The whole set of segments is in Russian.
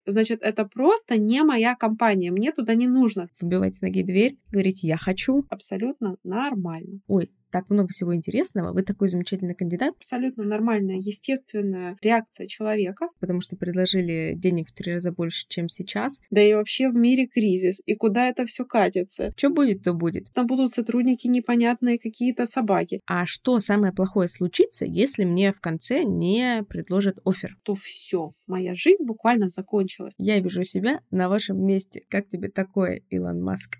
значит, это просто не моя компания, мне туда не нужно. Выбивать с ноги дверь, говорить «я хочу». Абсолютно нормально. Ой, так много всего интересного, вы такой замечательный кандидат. Абсолютно нормальная, естественная реакция человека. Потому что предложили денег в 3 раза больше, чем сейчас. Да и вообще в мире кризис. И куда это все катится? Что будет, то будет. Там будут сотрудники непонятные, какие-то собаки. А что самое плохое случится, если мне в конце не предложат оффер? То все, моя жизнь буквально закончилась. Я вижу себя на вашем месте. Как тебе такое, Илон Маск?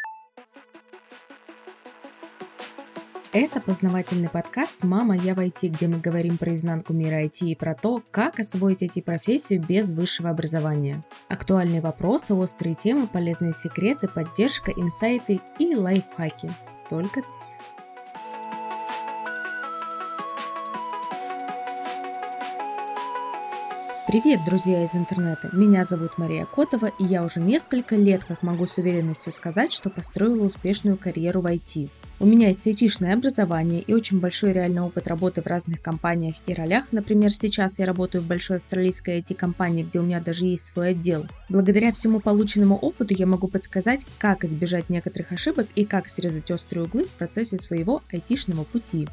Это познавательный подкаст «Мама, я в IT», где мы говорим про изнанку мира IT и про то, как освоить IT-профессию без высшего образования. Актуальные вопросы, острые темы, полезные секреты, поддержка, инсайты и лайфхаки. Только тс. Привет, друзья из интернета! Меня зовут Мария Котова, и я уже несколько лет как могу с уверенностью сказать, что построила успешную карьеру в IT. У меня есть айтишное образование и очень большой реальный опыт работы в разных компаниях и ролях. Например, сейчас я работаю в большой австралийской IT-компании, где у меня даже есть свой отдел. Благодаря всему полученному опыту я могу подсказать, как избежать некоторых ошибок и как срезать острые углы в процессе своего айтишного пути.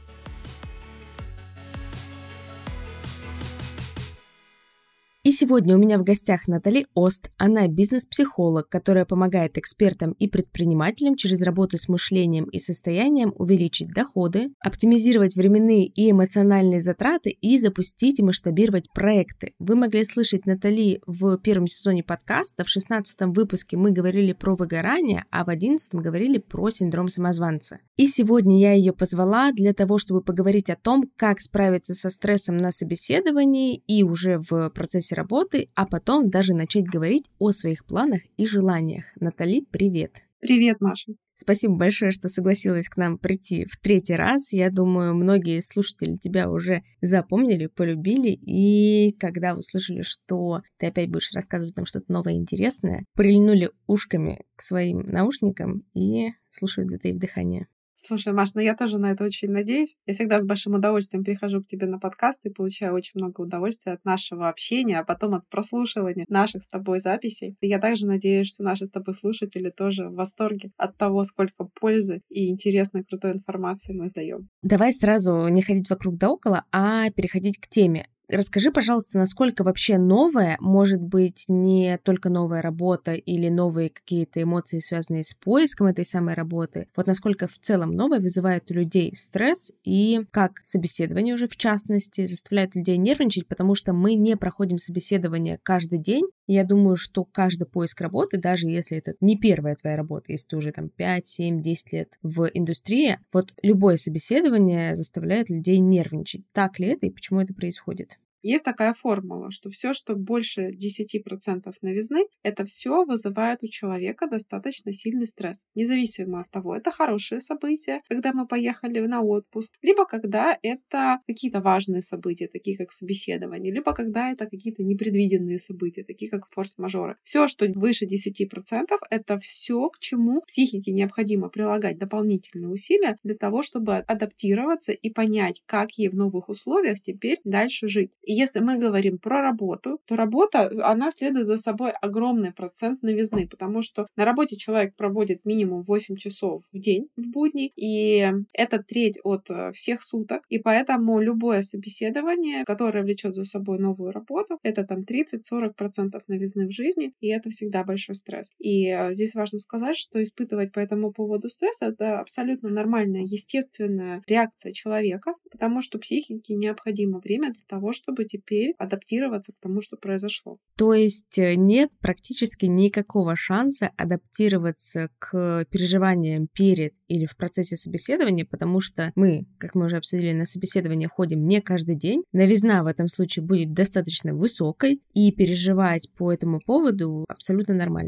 И сегодня у меня в гостях Натали Ост. Она бизнес-психолог, которая помогает экспертам и предпринимателям через работу с мышлением и состоянием увеличить доходы, оптимизировать временные и эмоциональные затраты и запустить и масштабировать проекты. Вы могли слышать Натали в первом сезоне подкаста. В 16-м выпуске мы говорили про выгорание, а в 11-м говорили про синдром самозванца. И сегодня я ее позвала для того, чтобы поговорить о том, как справиться со стрессом на собеседовании и уже в процессе работы, а потом даже начать говорить о своих планах и желаниях. Натали, привет! Привет, Маша! Спасибо большое, что согласилась к нам прийти в 3-й раз. Я думаю, многие слушатели тебя уже запомнили, полюбили, и когда услышали, что ты опять будешь рассказывать нам что-то новое и интересное, прильнули ушками к своим наушникам и слушают, затаив дыхание. Слушай, Маш, я тоже на это очень надеюсь. Я всегда с большим удовольствием прихожу к тебе на подкаст и получаю очень много удовольствия от нашего общения, а потом от прослушивания наших с тобой записей. И я также надеюсь, что наши с тобой слушатели тоже в восторге от того, сколько пользы и интересной, крутой информации мы даем. Давай сразу не ходить вокруг да около, а переходить к теме. Расскажи, пожалуйста, насколько вообще новое может быть не только новая работа или новые какие-то эмоции, связанные с поиском этой самой работы. Вот насколько в целом новое вызывает у людей стресс и как собеседование уже в частности заставляет людей нервничать, потому что мы не проходим собеседование каждый день. Я думаю, что каждый поиск работы, даже если это не первая твоя работа, если ты уже там 5, 7, 10 лет в индустрии, вот любое собеседование заставляет людей нервничать. Так ли это и почему это происходит? Есть такая формула, что все, что больше 10% новизны, это все вызывает у человека достаточно сильный стресс. Независимо от того, это хорошие события, когда мы поехали на отпуск, либо когда это какие-то важные события, такие как собеседование, либо когда это какие-то непредвиденные события, такие как форс-мажоры. Все, что выше 10%, это все, к чему психике необходимо прилагать дополнительные усилия для того, чтобы адаптироваться и понять, как ей в новых условиях теперь дальше жить. И если мы говорим про работу, то работа, она следует за собой огромный процент новизны, потому что на работе человек проводит минимум 8 часов в день в будни, и это треть от всех суток, и поэтому любое собеседование, которое влечет за собой новую работу, это там 30-40% новизны в жизни, и это всегда большой стресс. И здесь важно сказать, что испытывать по этому поводу стресс — это абсолютно нормальная, естественная реакция человека, потому что психике необходимо время для того, чтобы теперь адаптироваться к тому, что произошло. То есть нет практически никакого шанса адаптироваться к переживаниям перед или в процессе собеседования, потому что мы, как мы уже обсудили, на собеседование ходим не каждый день. Новизна в этом случае будет достаточно высокой, и переживать по этому поводу абсолютно нормально.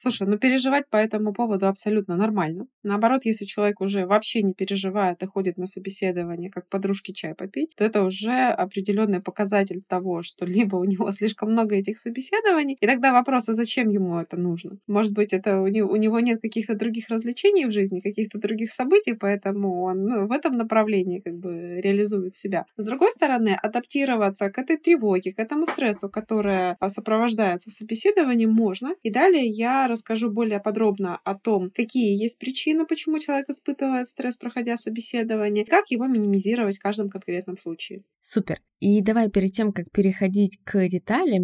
Слушай, ну переживать по этому поводу абсолютно нормально. Наоборот, если человек уже вообще не переживает и ходит на собеседование, как подружке чай попить, то это уже определенный показатель того, что либо у него слишком много этих собеседований, и тогда вопрос, а зачем ему это нужно? Может быть, это у него нет каких-то других развлечений в жизни, каких-то других событий, поэтому он в этом направлении как бы реализует себя. С другой стороны, адаптироваться к этой тревоге, к этому стрессу, которая сопровождается собеседованием, можно. И далее я расскажу более подробно о том, какие есть причины, почему человек испытывает стресс, проходя собеседование, как его минимизировать в каждом конкретном случае. Супер. И давай перед тем, как переходить к деталям,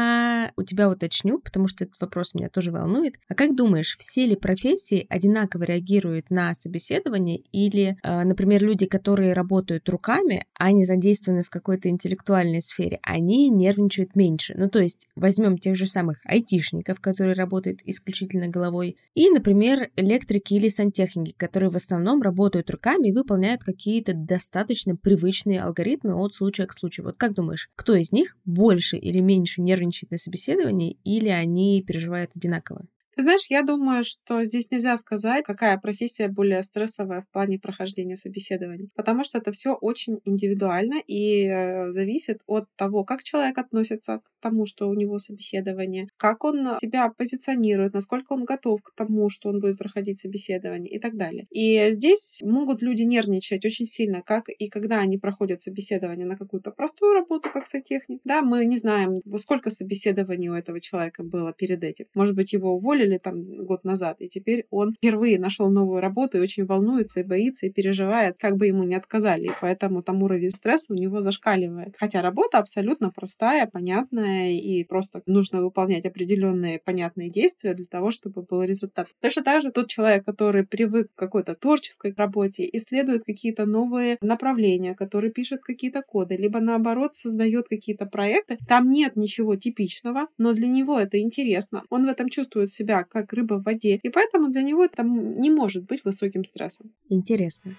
я у тебя уточню, потому что этот вопрос меня тоже волнует. А как думаешь, все ли профессии одинаково реагируют на собеседование или, например, люди, которые работают руками, а не задействованы в какой-то интеллектуальной сфере, они нервничают меньше? Ну, то есть возьмем тех же самых айтишников, которые работают исключительно головой, и, например, электрики или сантехники, которые в основном работают руками и выполняют какие-то достаточно привычные алгоритмы от случая к случаю. Вот как думаешь, кто из них больше или меньше нервничает на собеседовании, или они переживают одинаково? Ты знаешь, я думаю, что здесь нельзя сказать, какая профессия более стрессовая в плане прохождения собеседований, потому что это все очень индивидуально и зависит от того, как человек относится к тому, что у него собеседование, как он себя позиционирует, насколько он готов к тому, что он будет проходить собеседование и так далее. И здесь могут люди нервничать очень сильно, как и когда они проходят собеседование на какую-то простую работу, как сантехник. Да, мы не знаем, сколько собеседований у этого человека было перед этим. Может быть, его уволили там год назад, и теперь он впервые нашел новую работу и очень волнуется, и боится, и переживает, как бы ему не отказали, и поэтому там уровень стресса у него зашкаливает. Хотя работа абсолютно простая, понятная, и просто нужно выполнять определенные понятные действия для того, чтобы был результат. Точно так же тот человек, который привык к какой-то творческой работе, исследует какие-то новые направления, который пишет какие-то коды, либо наоборот создает какие-то проекты, там нет ничего типичного, но для него это интересно. Он в этом чувствует себя как рыба в воде, и поэтому для него это не может быть высоким стрессом. Интересно.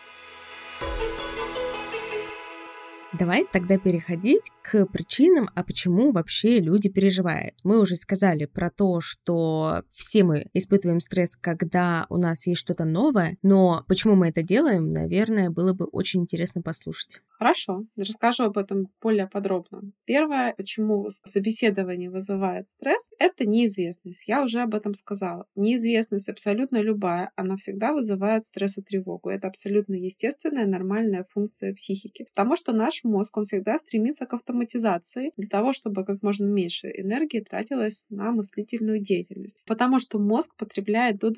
Давай тогда переходить к причинам, а почему вообще люди переживают. Мы уже сказали про то, что все мы испытываем стресс, когда у нас есть что-то новое, но почему мы это делаем, наверное, было бы очень интересно послушать. Хорошо, расскажу об этом более подробно. Первое, почему собеседование вызывает стресс, это неизвестность. Я уже об этом сказала. Неизвестность абсолютно любая, она всегда вызывает стресс и тревогу. Это абсолютно естественная, нормальная функция психики. Потому что наш мозг, он всегда стремится к автоматизации для того, чтобы как можно меньше энергии тратилось на мыслительную деятельность. Потому что мозг потребляет до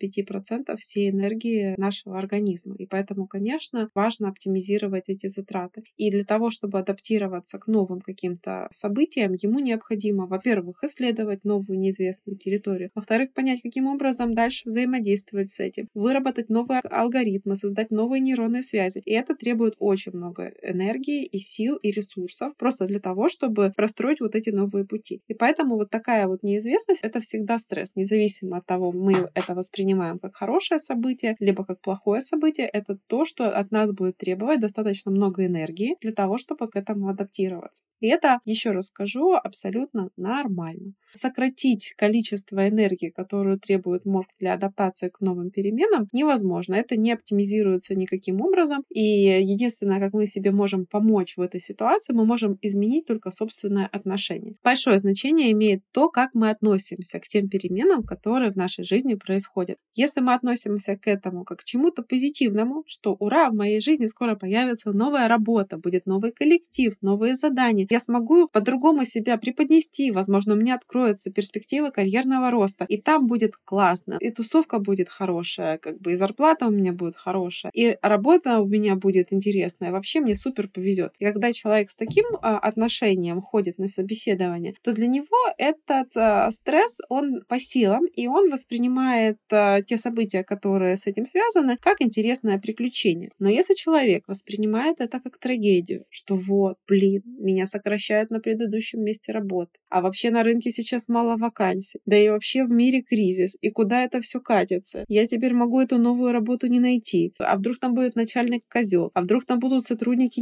25% всей энергии нашего организма. И поэтому, конечно, важно оптимизировать эти затраты. И для того, чтобы адаптироваться к новым каким-то событиям, ему необходимо, во-первых, исследовать новую неизвестную территорию, во-вторых, понять, каким образом дальше взаимодействовать с этим, выработать новые алгоритмы, создать новые нейронные связи. И это требует очень много энергии и сил, и ресурсов просто для того, чтобы простроить вот эти новые пути. И поэтому вот такая вот неизвестность — это всегда стресс. Независимо от того, мы это воспринимаем как хорошее событие, либо как плохое событие, это то, что от нас будет требовать достаточно много энергии для того, чтобы к этому адаптироваться. И это, еще раз скажу, абсолютно нормально. Сократить количество энергии, которую требует мозг для адаптации к новым переменам, невозможно. Это не оптимизируется никаким образом. И единственное, как мы себе можем помочь в этой ситуации, мы можем изменить только собственное отношение. Большое значение имеет то, как мы относимся к тем переменам, которые в нашей жизни происходят. Если мы относимся к этому как к чему-то позитивному, что ура, в моей жизни скоро появится новая работа, будет новый коллектив, новые задания, я смогу по-другому себя преподнести, возможно, у меня откроются перспективы карьерного роста, и там будет классно, и тусовка будет хорошая, и зарплата у меня будет хорошая, и работа у меня будет интересная, вообще мне супер повезет. И когда человек с таким отношением ходит на собеседование, то для него этот стресс, он по силам, и он воспринимает те события, которые с этим связаны, как интересное приключение. Но если человек воспринимает это как трагедию, что вот, меня сокращают на предыдущем месте работы, а вообще на рынке сейчас мало вакансий, да и вообще в мире кризис, и куда это все катится? Я теперь могу эту новую работу не найти, а вдруг там будет начальник козел, а вдруг там будут сотрудники непонятные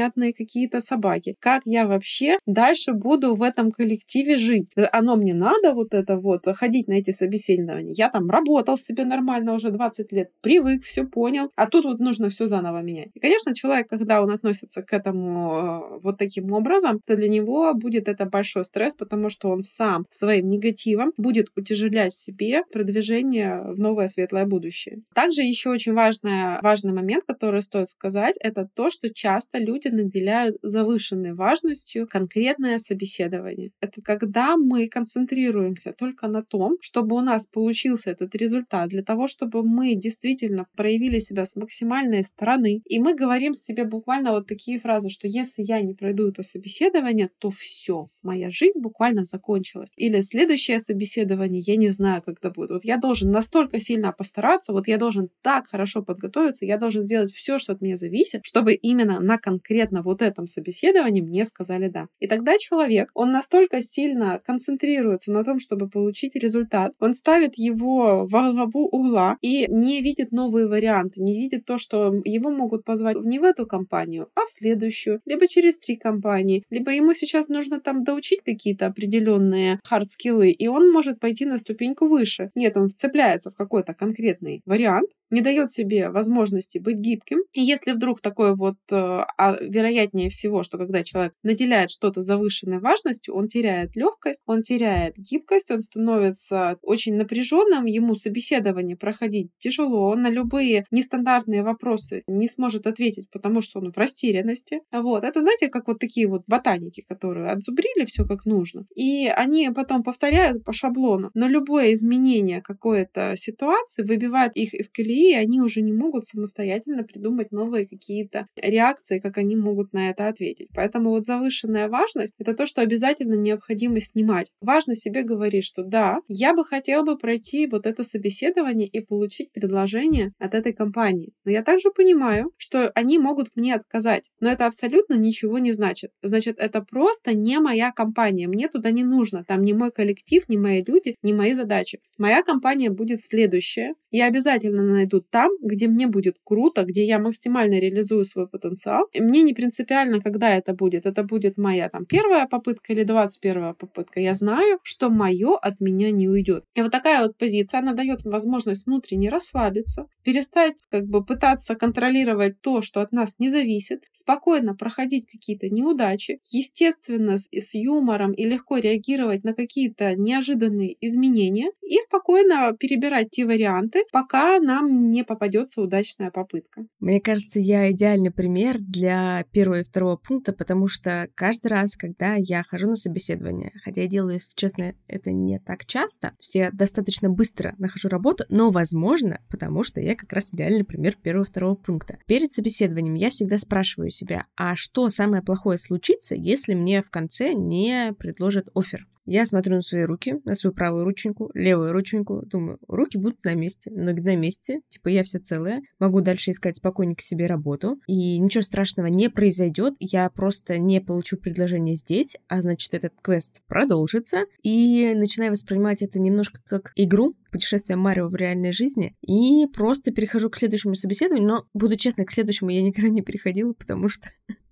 непонятные какие-то собаки. Как я вообще дальше буду в этом коллективе жить? Оно мне надо вот это вот, ходить на эти собеседования? Я там работал себе нормально уже 20 лет, привык, все понял, а тут вот нужно все заново менять. И, конечно, человек, когда он относится к этому вот таким образом, то для него будет это большой стресс, потому что он сам своим негативом будет утяжелять себе продвижение в новое светлое будущее. Также еще очень важный момент, который стоит сказать, это то, что часто люди наделяют завышенной важностью конкретное собеседование. Это когда мы концентрируемся только на том, чтобы у нас получился этот результат, для того, чтобы мы действительно проявили себя с максимальной стороны. И мы говорим себе буквально вот такие фразы, что если я не пройду это собеседование, то все, моя жизнь буквально закончилась. Или следующее собеседование, я не знаю, когда будет. Вот я должен настолько сильно постараться, вот я должен так хорошо подготовиться, я должен сделать все, что от меня зависит, чтобы именно на конкретно вот этом собеседовании мне сказали «да». И тогда человек, он настолько сильно концентрируется на том, чтобы получить результат, он ставит его во главу угла и не видит новые варианты, не видит то, что его могут позвать не в эту компанию, а в следующую, либо через 3 компании, либо ему сейчас нужно там доучить какие-то определенные хардскиллы, и он может пойти на ступеньку выше. Нет, он вцепляется в какой-то конкретный вариант, не дает себе возможности быть гибким. И если вдруг такое вот, вероятнее всего, что когда человек наделяет что-то завышенной важностью, он теряет легкость, он теряет гибкость, он становится очень напряженным, ему собеседование проходить тяжело, он на любые нестандартные вопросы не сможет ответить, потому что он в растерянности. Вот. Это, знаете, как вот такие вот ботаники, которые отзубрили все как нужно, и они потом повторяют по шаблону, но любое изменение какой-то ситуации выбивает их из колеи, и они уже не могут самостоятельно придумать новые какие-то реакции, как они могут на это ответить. Поэтому вот завышенная важность — это то, что обязательно необходимо снимать. Важно себе говорить, что да, я бы хотел бы пройти вот это собеседование и получить предложение от этой компании. Но я также понимаю, что они могут мне отказать. Но это абсолютно ничего не значит. Значит, это просто не моя компания. Мне туда не нужно. Там не мой коллектив, не мои люди, не мои задачи. Моя компания будет следующая. Я обязательно найду там, где мне будет круто, где я максимально реализую свой потенциал. И мне не принципиально, когда это будет. Это будет моя там 1-я попытка или 21-я попытка. Я знаю, что мое от меня не уйдет. И вот такая вот позиция, она дает возможность внутренне расслабиться, перестать пытаться контролировать то, что от нас не зависит, спокойно проходить какие-то неудачи, естественно, с юмором и легко реагировать на какие-то неожиданные изменения и спокойно перебирать те варианты, пока нам не попадется удачная попытка. Мне кажется, я идеальный пример для 1-го и 2-го пункта, потому что каждый раз, когда я хожу на собеседование, хотя я делаю, если честно, это не так часто, то есть я достаточно быстро нахожу работу, но, возможно, потому что я как раз идеальный пример 1-го и 2-го пункта. Перед собеседованием я всегда спрашиваю себя, а что самое плохое случится, если мне в конце не предложат оффер? Я смотрю на свои руки, на свою правую рученьку, левую рученьку, думаю, руки будут на месте, ноги на месте, типа я вся целая, могу дальше искать спокойненько себе работу, и ничего страшного не произойдет, я просто не получу предложение здесь, а значит этот квест продолжится, и начинаю воспринимать это немножко как игру, путешествие Марио в реальной жизни, и просто перехожу к следующему собеседованию, но, буду честна, к следующему я никогда не переходила, потому что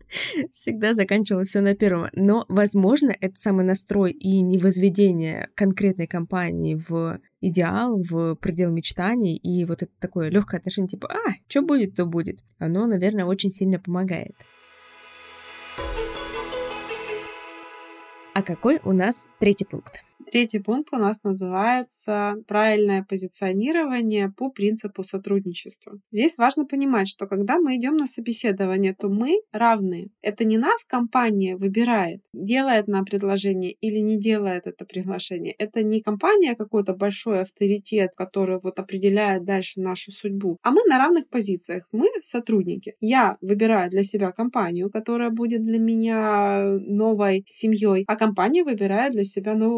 всегда заканчивалось все на 1-м. Но, возможно, это самый настрой и невозведение конкретной компании в идеал, в предел мечтаний, и вот это такое легкое отношение, типа, что будет, то будет. Оно, наверное, очень сильно помогает. А какой у нас 3-й пункт? 3-й пункт у нас называется «Правильное позиционирование по принципу сотрудничества». Здесь важно понимать, что когда мы идем на собеседование, то мы равные. Это не нас компания выбирает, делает нам предложение или не делает это приглашение. Это не компания какой-то большой авторитет, который вот определяет дальше нашу судьбу, а мы на равных позициях. Мы сотрудники. Я выбираю для себя компанию, которая будет для меня новой семьей, а компания выбирает для себя нового сотрудника.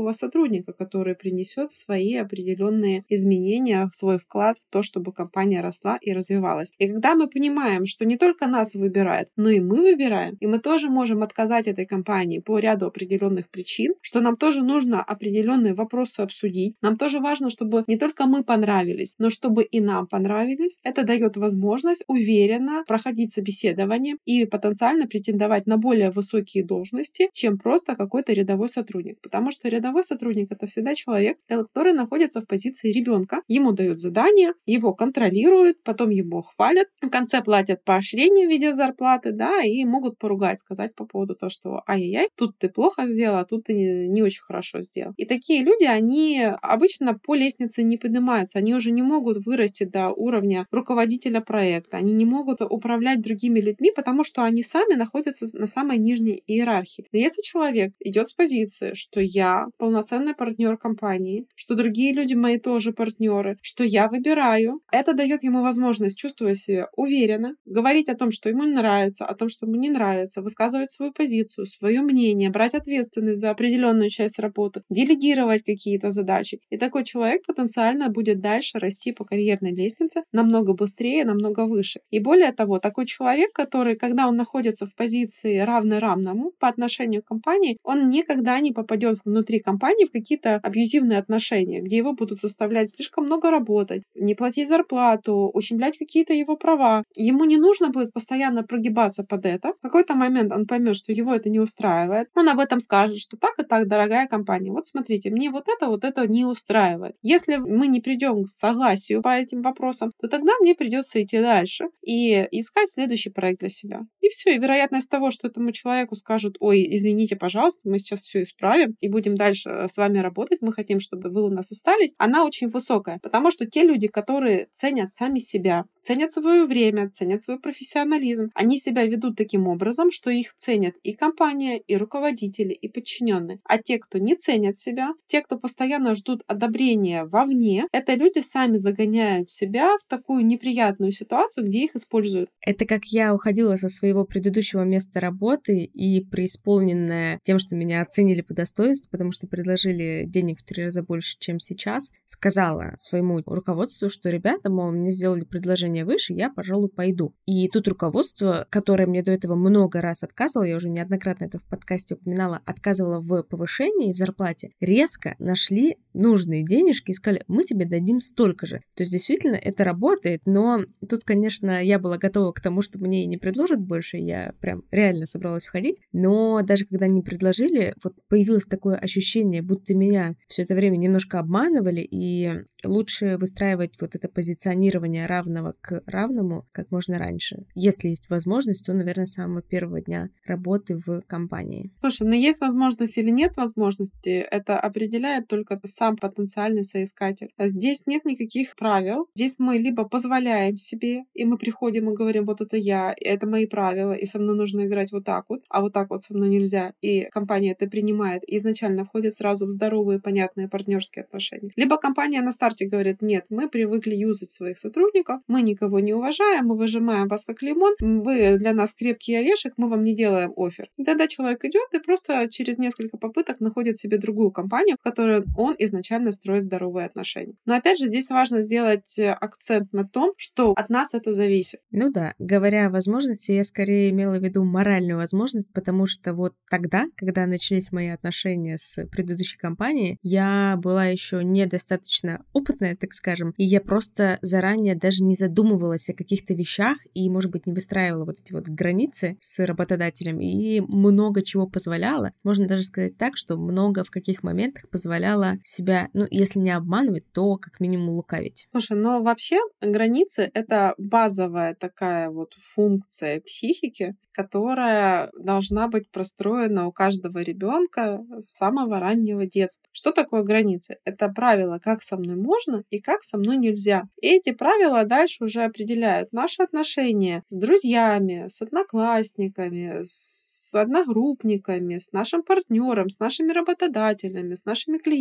сотрудника, который принесет свои определенные изменения, свой вклад в то, чтобы компания росла и развивалась. И когда мы понимаем, что не только нас выбирают, но и мы выбираем, и мы тоже можем отказать этой компании по ряду определенных причин, что нам тоже нужно определенные вопросы обсудить. Нам тоже важно, чтобы не только мы понравились, но чтобы и нам понравились. Это дает возможность уверенно проходить собеседование и потенциально претендовать на более высокие должности, чем просто какой-то рядовой сотрудник. Потому что рядовой сотрудник — это всегда человек, который находится в позиции ребенка. Ему дают задания, его контролируют, потом его хвалят, в конце платят поощрение в виде зарплаты, да, и могут поругать, сказать по поводу того, что ай-яй-яй, тут ты плохо сделал, а тут ты не очень хорошо сделал. И такие люди, они обычно по лестнице не поднимаются, они уже не могут вырасти до уровня руководителя проекта, они не могут управлять другими людьми, потому что они сами находятся на самой нижней иерархии. Но если человек идет с позиции, что я полноценный партнер компании, что другие люди мои тоже партнеры, что я выбираю, это дает ему возможность чувствовать себя уверенно, говорить о том, что ему нравится, о том, что ему не нравится, высказывать свою позицию, свое мнение, брать ответственность за определенную часть работы, делегировать какие-то задачи. И такой человек потенциально будет дальше расти по карьерной лестнице намного быстрее, намного выше. И более того, такой человек, который, когда он находится в позиции равной равному по отношению к компании, он никогда не попадет внутри компании в какие-то абьюзивные отношения, где его будут заставлять слишком много работать, не платить зарплату, ущемлять какие-то его права. Ему не нужно будет постоянно прогибаться под это. В какой-то момент он поймет, что его это не устраивает. Он об этом скажет, что так и так, дорогая компания, вот смотрите, мне вот это не устраивает. Если мы не придем к согласию по этим вопросам, то тогда мне придется идти дальше и искать следующий проект для себя. И все. И вероятность того, что этому человеку скажут: ой, извините, пожалуйста, мы сейчас все исправим и будем дальше с вами работать, мы хотим, чтобы вы у нас остались, она очень высокая. Потому что те люди, которые ценят сами себя, ценят свое время, ценят свой профессионализм, они себя ведут таким образом, что их ценят и компания, и руководители, и подчиненные. А те, кто не ценят себя, те, кто постоянно ждут одобрения вовне, это люди сами загоняют себя в такую неприятную ситуацию, где их используют. Это как я уходила со своего предыдущего места работы и преисполненная тем, что меня оценили по достоинству, потому что предложили денег в 3 раза больше, чем сейчас, сказала своему руководству, что ребята, мол, мне сделали предложение выше, я, пожалуй, пойду. И тут руководство, которое мне до этого много раз отказывало, я уже неоднократно это в подкасте упоминала, отказывало в повышении, в зарплате, резко нашли нужные денежки и сказали: мы тебе дадим столько же. То есть действительно это работает, но тут, конечно, я была готова к тому, что мне и не предложат больше, я прям реально собралась уходить, но даже когда не предложили, вот появилось такое ощущение, будто меня все это время немножко обманывали, и лучше выстраивать вот это позиционирование равного к равному как можно раньше. Если есть возможность, то, наверное, с самого первого дня работы в компании. Слушай, но есть возможность или нет возможности, это определяет только сам потенциальный соискатель. Здесь нет никаких правил. Здесь мы либо позволяем себе, и мы приходим и говорим: вот это я, это мои правила, и со мной нужно играть вот так вот, а вот так вот со мной нельзя. И компания это принимает и изначально входит сразу в здоровые, понятные партнерские отношения. Либо компания на старте говорит: нет, мы привыкли юзать своих сотрудников, мы никого не уважаем, мы выжимаем вас как лимон, вы для нас крепкий орешек, мы вам не делаем оффер. И тогда человек идет и просто через несколько попыток находит себе другую компанию, в которой он изначально строит здоровые отношения. Но опять же, здесь важно сделать акцент на том, что от нас это зависит. Ну да, говоря о возможности, я скорее имела в виду моральную возможность, потому что вот тогда, когда начались мои отношения с предыдущей компанией, я была еще недостаточно опытная, так скажем, и я просто заранее даже не задумывалась о каких-то вещах и, может быть, не выстраивала вот эти вот границы с работодателем, и много чего позволяла. Можно даже сказать так, что много в каких моментах позволяла себя, ну, если не обманывать, то как минимум лукавить. Слушай, но вообще границы — это базовая такая вот функция психики, которая должна быть простроена у каждого ребенка с самого раннего детства. Что такое границы? Это правила, как со мной можно и как со мной нельзя. И эти правила дальше уже определяют наши отношения с друзьями, с одноклассниками, с одногруппниками, с нашим партнером, с нашими работодателями, с нашими клиентами.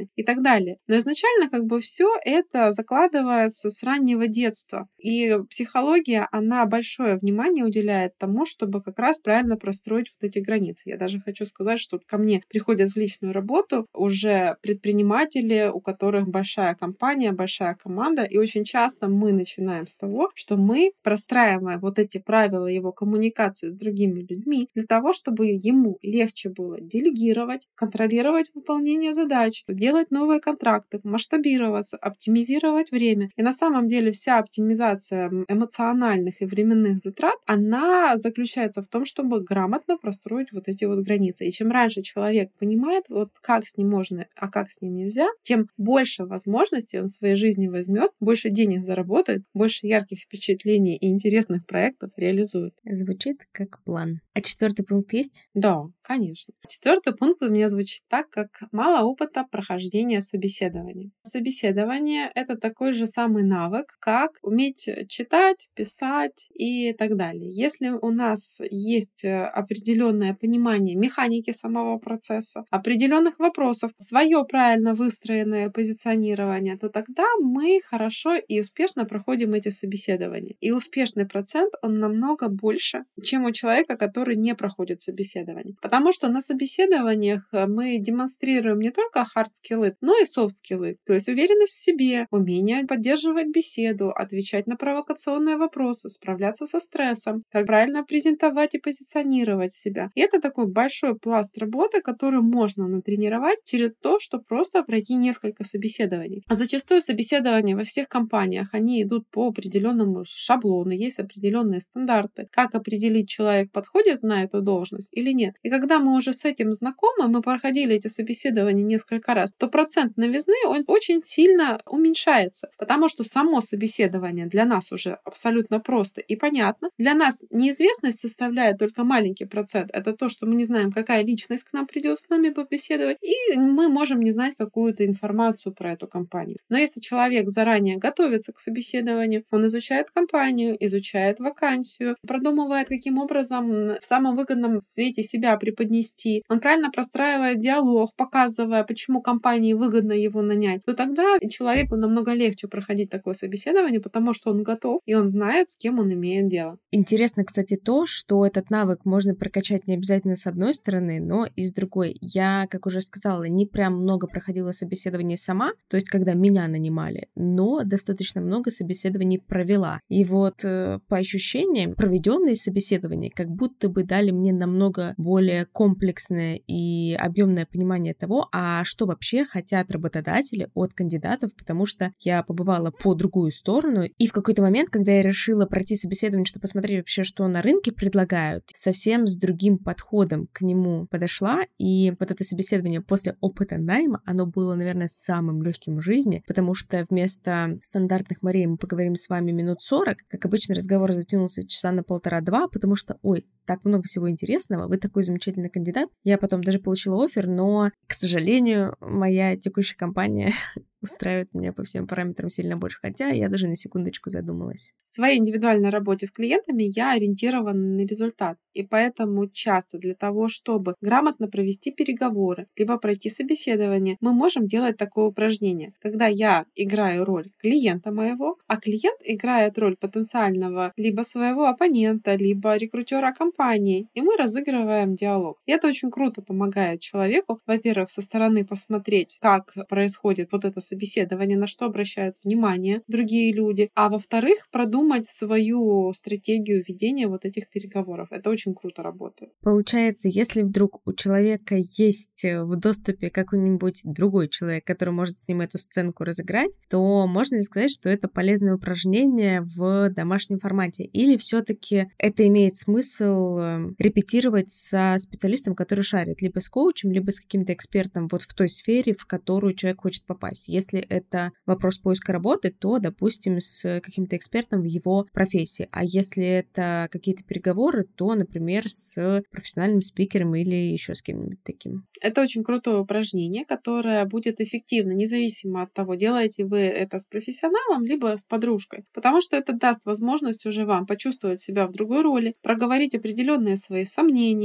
отношения и так далее. Но изначально все это закладывается с раннего детства. И психология, она большое внимание уделяет тому, чтобы как раз правильно простроить вот эти границы. Я даже хочу сказать, что ко мне приходят в личную работу уже предприниматели, у которых большая компания, большая команда, и очень часто мы начинаем с того, что мы простраиваем вот эти правила его коммуникации с другими людьми для того, чтобы ему легче было делегировать, контролировать выполнение задач, делать новые контракты, масштабироваться, оптимизировать время. И на самом деле вся оптимизация эмоциональных и временных затрат, она заключается в том, чтобы грамотно простроить вот эти вот границы. И чем раньше человек понимает, вот как с ним можно, а как с ним нельзя, тем больше возможностей он в своей жизни возьмет, больше денег заработает, больше ярких впечатлений и интересных проектов реализует. Звучит как план. А 4 пункт есть? Да, конечно. 4 пункт у меня звучит так, как мало опыта прохождения собеседования. Собеседование — это такой же самый навык, как уметь читать, писать и так далее. Если у нас есть определенное понимание механики самого процесса, определенных вопросов, свое правильно выстроенное позиционирование, то тогда мы хорошо и успешно проходим эти собеседования. И успешный процент, он намного больше, чем у человека, который не проходит собеседование. Потому что на собеседованиях мы демонстрируем не только хард-скиллы, но и софт-скиллы. То есть уверенность в себе, умение поддерживать беседу, отвечать на провокационные вопросы, справляться со стрессом, как правильно презентовать и позиционировать себя. И это такой большой пласт работы, который можно натренировать через то, что просто пройти несколько собеседований. А зачастую собеседования во всех компаниях, они идут по определенному шаблону, есть определенные стандарты, как определить, человек подходит на эту должность или нет. И когда мы уже с этим знакомы, мы проходили эти собеседования несколько раз, то процент новизны, он очень сильно уменьшается, потому что само собеседование для нас уже абсолютно просто и понятно. Для нас неизвестность составляет только маленький процент. Это то, что мы не знаем, какая личность к нам придет с нами побеседовать, и мы можем не знать какую-то информацию про эту компанию. Но если человек заранее готовится к собеседованию, он изучает компанию, изучает вакансию, продумывает, каким образом в самом выгодном свете себя преподнести, он правильно простраивает диалог, показывая, почему компании выгодно его нанять, то тогда человеку намного легче проходить такое собеседование, потому что он готов, и он знает, с кем он имеет дело. Интересно, кстати, то, что этот навык можно прокачать не обязательно с одной стороны, но и с другой. Я, как уже сказала, не прям много проходила собеседований сама, то есть когда меня нанимали, но достаточно много собеседований провела. И вот по ощущениям, проведенные собеседования как будто бы дали мне намного более комплексное и объемное понимание того, а что вообще хотят работодатели от кандидатов, потому что я побывала по другую сторону, и в какой-то момент, когда я решила пройти собеседование, чтобы посмотреть вообще, что на рынке предлагают, совсем с другим подходом к нему подошла, и вот это собеседование после опыта найма, оно было, наверное, самым легким в жизни, потому что вместо стандартных «Мария, мы поговорим с вами минут 40», как обычно, разговор затянулся часа на 1,5-2, потому что, ой, так много всего интересного, вы такой замечательный кандидат. Я потом даже получила оффер, но, к сожалению, моя текущая компания устраивает меня по всем параметрам сильно больше, хотя я даже на секундочку задумалась. В своей индивидуальной работе с клиентами я ориентирована на результат, и поэтому часто для того, чтобы грамотно провести переговоры, либо пройти собеседование, мы можем делать такое упражнение, когда я играю роль клиента моего, а клиент играет роль потенциального либо своего оппонента, либо рекрутера компании, и мы разыгрываем диалог. И это очень круто помогает человеку, во-первых, со стороны посмотреть, как происходит вот это собеседование, на что обращают внимание другие люди, а во-вторых, продумать свою стратегию ведения вот этих переговоров. Это очень круто работает. Получается, если вдруг у человека есть в доступе какой-нибудь другой человек, который может с ним эту сценку разыграть, то можно ли сказать, что это полезное упражнение в домашнем формате? Или все-таки это имеет смысл репетировать со специалистом, который шарит, либо с коучем, либо с каким-то экспертом вот в той сфере, в которую человек хочет попасть? Если это вопрос поиска работы, то, допустим, с каким-то экспертом в его профессии. А если это какие-то переговоры, то, например, с профессиональным спикером или еще с кем-нибудь таким. Это очень крутое упражнение, которое будет эффективно, независимо от того, делаете вы это с профессионалом, либо с подружкой. Потому что это даст возможность уже вам почувствовать себя в другой роли, проговорить определенные свои сомнения,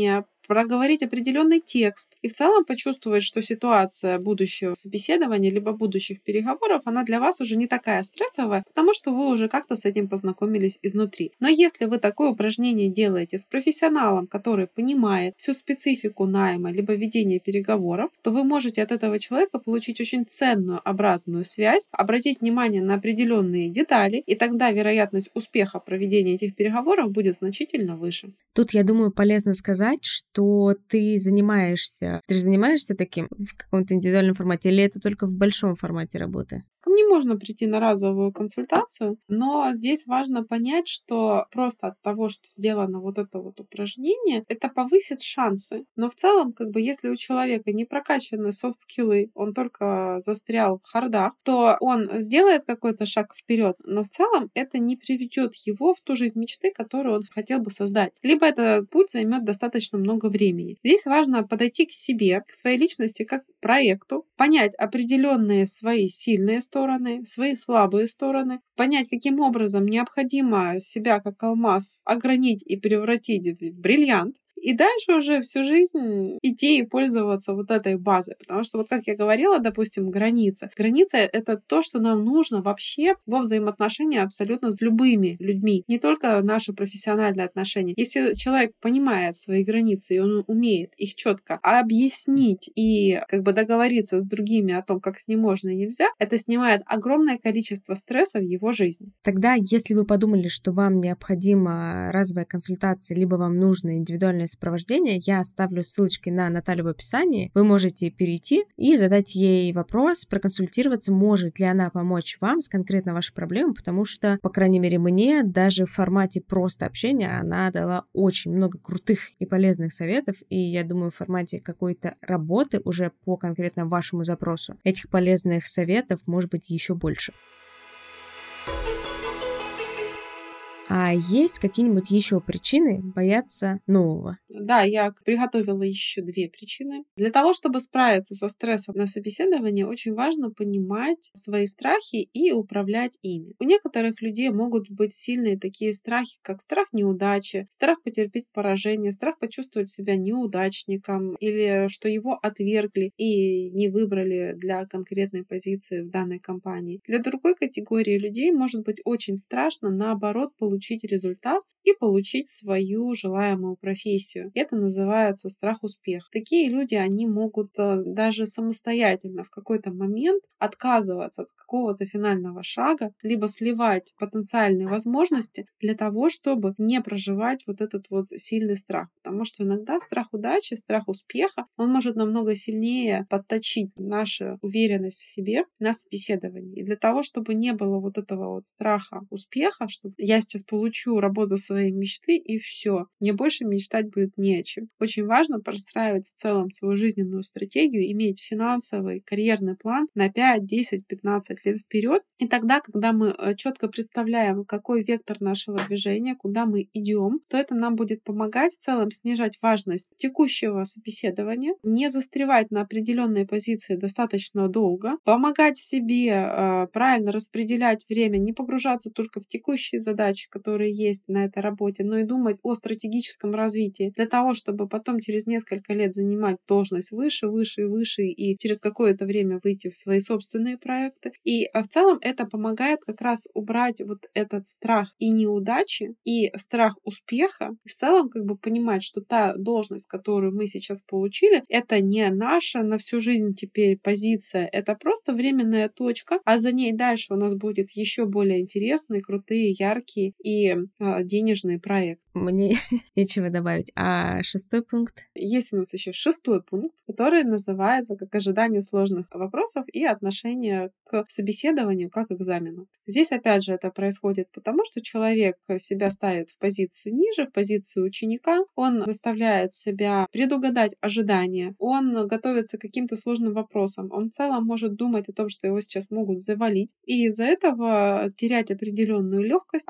проговорить определенный текст и в целом почувствовать, что ситуация будущего собеседования либо будущих переговоров, она для вас уже не такая стрессовая, потому что вы уже как-то с этим познакомились изнутри. Но если вы такое упражнение делаете с профессионалом, который понимает всю специфику найма либо ведения переговоров, то вы можете от этого человека получить очень ценную обратную связь, обратить внимание на определенные детали, и тогда вероятность успеха проведения этих переговоров будет значительно выше. Тут, я думаю, полезно сказать, что ты же занимаешься таким в каком-то индивидуальном формате, или это только в большом формате работы? Ко мне можно прийти на разовую консультацию, но здесь важно понять, что просто от того, что сделано вот это вот упражнение, это повысит шансы. Но в целом, если у человека не прокачаны софт-скиллы, он только застрял в хардах, то он сделает какой-то шаг вперед, но в целом это не приведет его в ту жизнь мечты, которую он хотел бы создать. Либо этот путь займет достаточно много времени. Здесь важно подойти к себе, к своей личности как к проекту, понять определенные свои сильные стороны, свои слабые стороны, понять, каким образом необходимо себя как алмаз огранить и превратить в бриллиант, и дальше уже всю жизнь идти и пользоваться вот этой базой. Потому что, как я говорила, допустим, граница. Граница — это то, что нам нужно вообще во взаимоотношении абсолютно с любыми людьми. Не только наши профессиональные отношения. Если человек понимает свои границы, и он умеет их четко объяснить и договориться с другими о том, как с ним можно и нельзя, это снимает огромное количество стресса в его жизни. Тогда, если вы подумали, что вам необходима разовая консультация, либо вам нужно индивидуальное сопровождение, я оставлю ссылочки на Наталью в описании. Вы можете перейти и задать ей вопрос, проконсультироваться, может ли она помочь вам с конкретно вашей проблемой, потому что, по крайней мере, мне даже в формате просто общения она дала очень много крутых и полезных советов, и я думаю, в формате какой-то работы уже по конкретно вашему запросу этих полезных советов может быть еще больше. А есть какие-нибудь еще причины бояться нового? Да, я приготовила еще 2 причины. Для того, чтобы справиться со стрессом на собеседовании, очень важно понимать свои страхи и управлять ими. У некоторых людей могут быть сильные такие страхи, как страх неудачи, страх потерпеть поражение, страх почувствовать себя неудачником или что его отвергли и не выбрали для конкретной позиции в данной компании. Для другой категории людей может быть очень страшно, наоборот, получить результат и получить свою желаемую профессию. Это называется страх успеха. Такие люди, они могут даже самостоятельно в какой-то момент отказываться от какого-то финального шага, либо сливать потенциальные возможности для того, чтобы не проживать вот этот вот сильный страх. Потому что иногда страх удачи, страх успеха, он может намного сильнее подточить нашу уверенность в себе на собеседовании. И для того, чтобы не было вот этого вот страха успеха, что я сейчас получу работу своей мечты и все, мне больше мечтать будет не о чем. Очень важно простраивать в целом свою жизненную стратегию, иметь финансовый, карьерный план на 5, 10, 15 лет вперед. И тогда, когда мы четко представляем, какой вектор нашего движения, куда мы идем, то это нам будет помогать в целом снижать важность текущего собеседования, не застревать на определенной позиции достаточно долго, помогать себе правильно распределять время, не погружаться только в текущие задачи, которые есть на этой работе, но и думать о стратегическом развитии для того, чтобы потом через несколько лет занимать должность выше, выше и выше, и через какое-то время выйти в свои собственные проекты. И в целом это помогает как раз убрать вот этот страх и неудачи, и страх успеха, и в целом понимать, что та должность, которую мы сейчас получили, это не наша на всю жизнь теперь позиция, это просто временная точка, а за ней дальше у нас будет еще более интересные, крутые, яркие и денежный проект. Мне нечего добавить. А 6-й пункт? Есть у нас еще 6-й пункт, который называется как ожидание сложных вопросов и отношение к собеседованию как к экзамену. Здесь, опять же, это происходит потому, что человек себя ставит в позицию ниже, в позицию ученика, он заставляет себя предугадать ожидания, он готовится к каким-то сложным вопросам, он в целом может думать о том, что его сейчас могут завалить, и из-за этого терять определенную легкость общения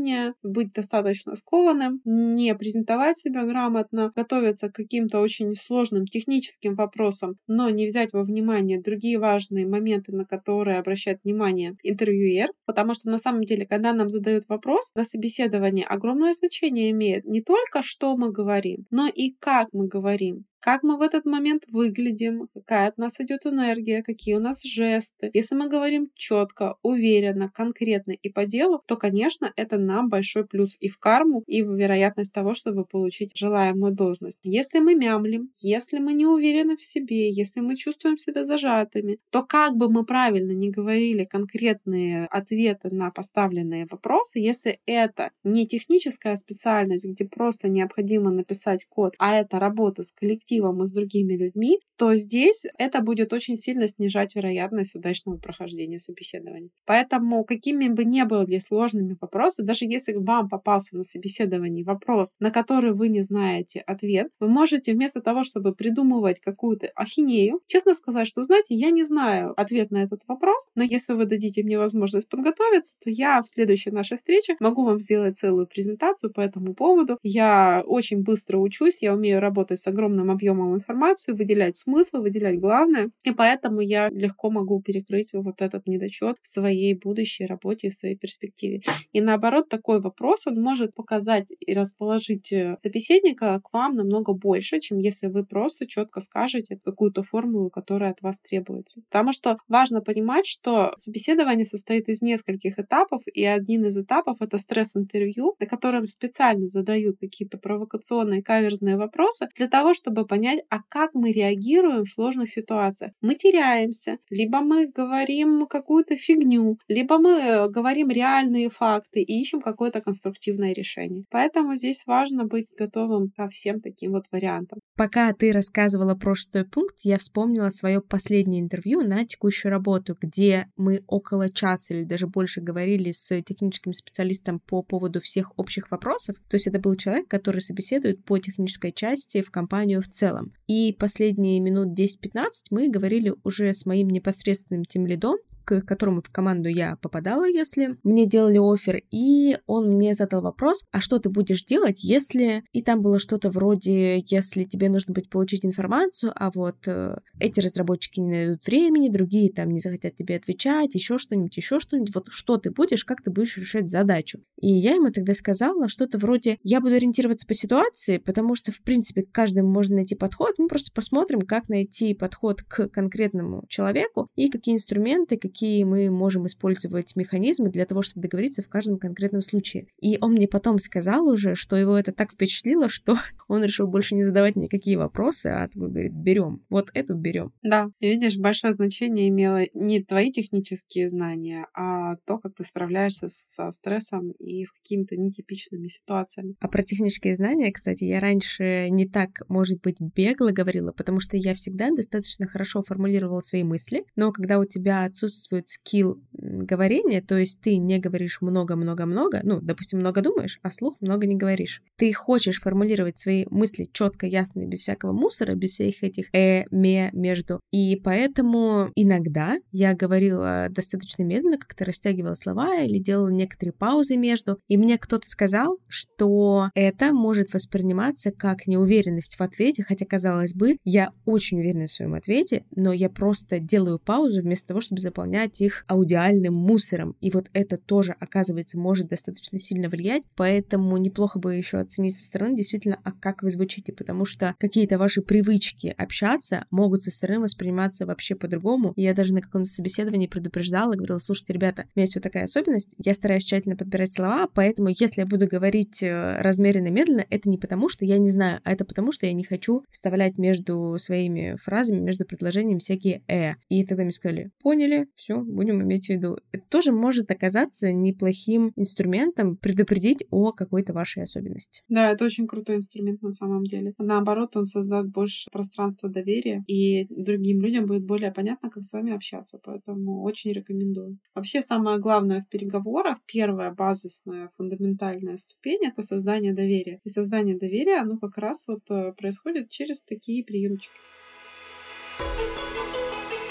общения, быть достаточно скованным, не презентовать себя грамотно, готовиться к каким-то очень сложным техническим вопросам, но не взять во внимание другие важные моменты, на которые обращает внимание интервьюер, потому что на самом деле, когда нам задают вопрос на собеседовании, огромное значение имеет не только, что мы говорим, но и как мы говорим. Как мы в этот момент выглядим, какая от нас идет энергия, какие у нас жесты. Если мы говорим четко, уверенно, конкретно и по делу, то, конечно, это нам большой плюс и в карму, и в вероятность того, чтобы получить желаемую должность. Если мы мямлим, если мы не уверены в себе, если мы чувствуем себя зажатыми, то как бы мы правильно не говорили конкретные ответы на поставленные вопросы, если это не техническая специальность, где просто необходимо написать код, а это работа с коллективом, и с другими людьми, то здесь это будет очень сильно снижать вероятность удачного прохождения собеседования. Поэтому какими бы ни были сложными вопросы, даже если вам попался на собеседовании вопрос, на который вы не знаете ответ, вы можете вместо того, чтобы придумывать какую-то ахинею, честно сказать, что, вы знаете, я не знаю ответ на этот вопрос, но если вы дадите мне возможность подготовиться, то я в следующей нашей встрече могу вам сделать целую презентацию по этому поводу. Я очень быстро учусь, я умею работать с огромным объемом информации, выделять смыслы, выделять главное, и поэтому я легко могу перекрыть вот этот недочет в своей будущей работе, в своей перспективе. И наоборот, такой вопрос, он может показать и расположить собеседника к вам намного больше, чем если вы просто четко скажете какую-то формулу, которая от вас требуется. Потому что важно понимать, что собеседование состоит из нескольких этапов, и один из этапов — это стресс-интервью, на котором специально задают какие-то провокационные, каверзные вопросы для того, чтобы понять, а как мы реагируем в сложных ситуациях. Мы теряемся, либо мы говорим какую-то фигню, либо мы говорим реальные факты и ищем какое-то конструктивное решение. Поэтому здесь важно быть готовым ко всем таким вот вариантам. Пока ты рассказывала про 6 пункт, я вспомнила свое последнее интервью на текущую работу, где мы около часа или даже больше говорили с техническим специалистом по поводу всех общих вопросов. То есть это был человек, который собеседует по технической части в компанию в целом. И последние минут 10-15 мы говорили уже с моим непосредственным тимлидом, к которому в команду я попадала, если мне делали оффер, и он мне задал вопрос, а что ты будешь делать, если... И там было что-то вроде, если тебе нужно будет получить информацию, а вот эти разработчики не найдут времени, другие там не захотят тебе отвечать, еще что-нибудь, вот что ты будешь, как ты будешь решать задачу. И я ему тогда сказала что-то вроде, я буду ориентироваться по ситуации, потому что, в принципе, к каждому можно найти подход, мы просто посмотрим, как найти подход к конкретному человеку и какие инструменты, какие мы можем использовать механизмы для того, чтобы договориться в каждом конкретном случае. И он мне потом сказал уже, что его это так впечатлило, что он решил больше не задавать никакие вопросы, а такой говорит, берем, вот эту берем. Да, и видишь, большое значение имело не твои технические знания, а то, как ты справляешься со стрессом и с какими-то нетипичными ситуациями. А про технические знания, кстати, я раньше не так, может быть, бегло говорила, потому что я всегда достаточно хорошо формулировала свои мысли, но когда у тебя отсутствует скилл говорения, то есть ты не говоришь много-много-много, ну, допустим, много думаешь, а вслух много не говоришь. Ты хочешь формулировать свои мысли четко, ясно, без всякого мусора, без всех этих ме, между. И поэтому иногда я говорила достаточно медленно, как-то растягивала слова или делала некоторые паузы между. И мне кто-то сказал, что это может восприниматься как неуверенность в ответе, хотя, казалось бы, я очень уверена в своем ответе, но я просто делаю паузу вместо того, чтобы заполнять их аудиальным мусором. И вот это тоже, оказывается, может достаточно сильно влиять, поэтому неплохо бы еще оценить со стороны действительно, а как вы звучите, потому что какие-то ваши привычки общаться могут со стороны восприниматься вообще по-другому. И я даже на каком-то собеседовании предупреждала, говорила, слушайте, ребята, у меня есть вот такая особенность, я стараюсь тщательно подбирать слова, поэтому если я буду говорить размеренно медленно, это не потому, что я не знаю, а это потому, что я не хочу вставлять между своими фразами, между предложениями всякие И тогда мне сказали, поняли, все, будем иметь в виду. Это тоже может оказаться неплохим инструментом предупредить о какой-то вашей особенности. Да, это очень крутой инструмент на самом деле. Наоборот, он создаст больше пространства доверия, и другим людям будет более понятно, как с вами общаться. Поэтому очень рекомендую. Вообще, самое главное в переговорах, первая базисная, фундаментальная ступень — это создание доверия. И создание доверия, оно как раз вот происходит через такие приемчики.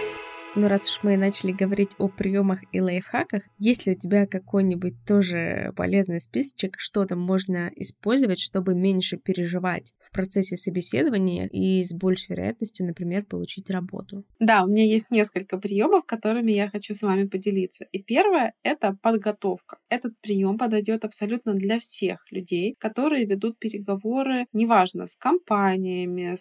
Ну, раз уж мы начали говорить о приемах и лайфхаках, есть ли у тебя какой-нибудь тоже полезный списочек, что там можно использовать, чтобы меньше переживать в процессе собеседования и с большей вероятностью, например, получить работу? Да, у меня есть несколько приемов, которыми я хочу с вами поделиться. И первое — это подготовка. Этот прием подойдет абсолютно для всех людей, которые ведут переговоры, неважно, с компаниями,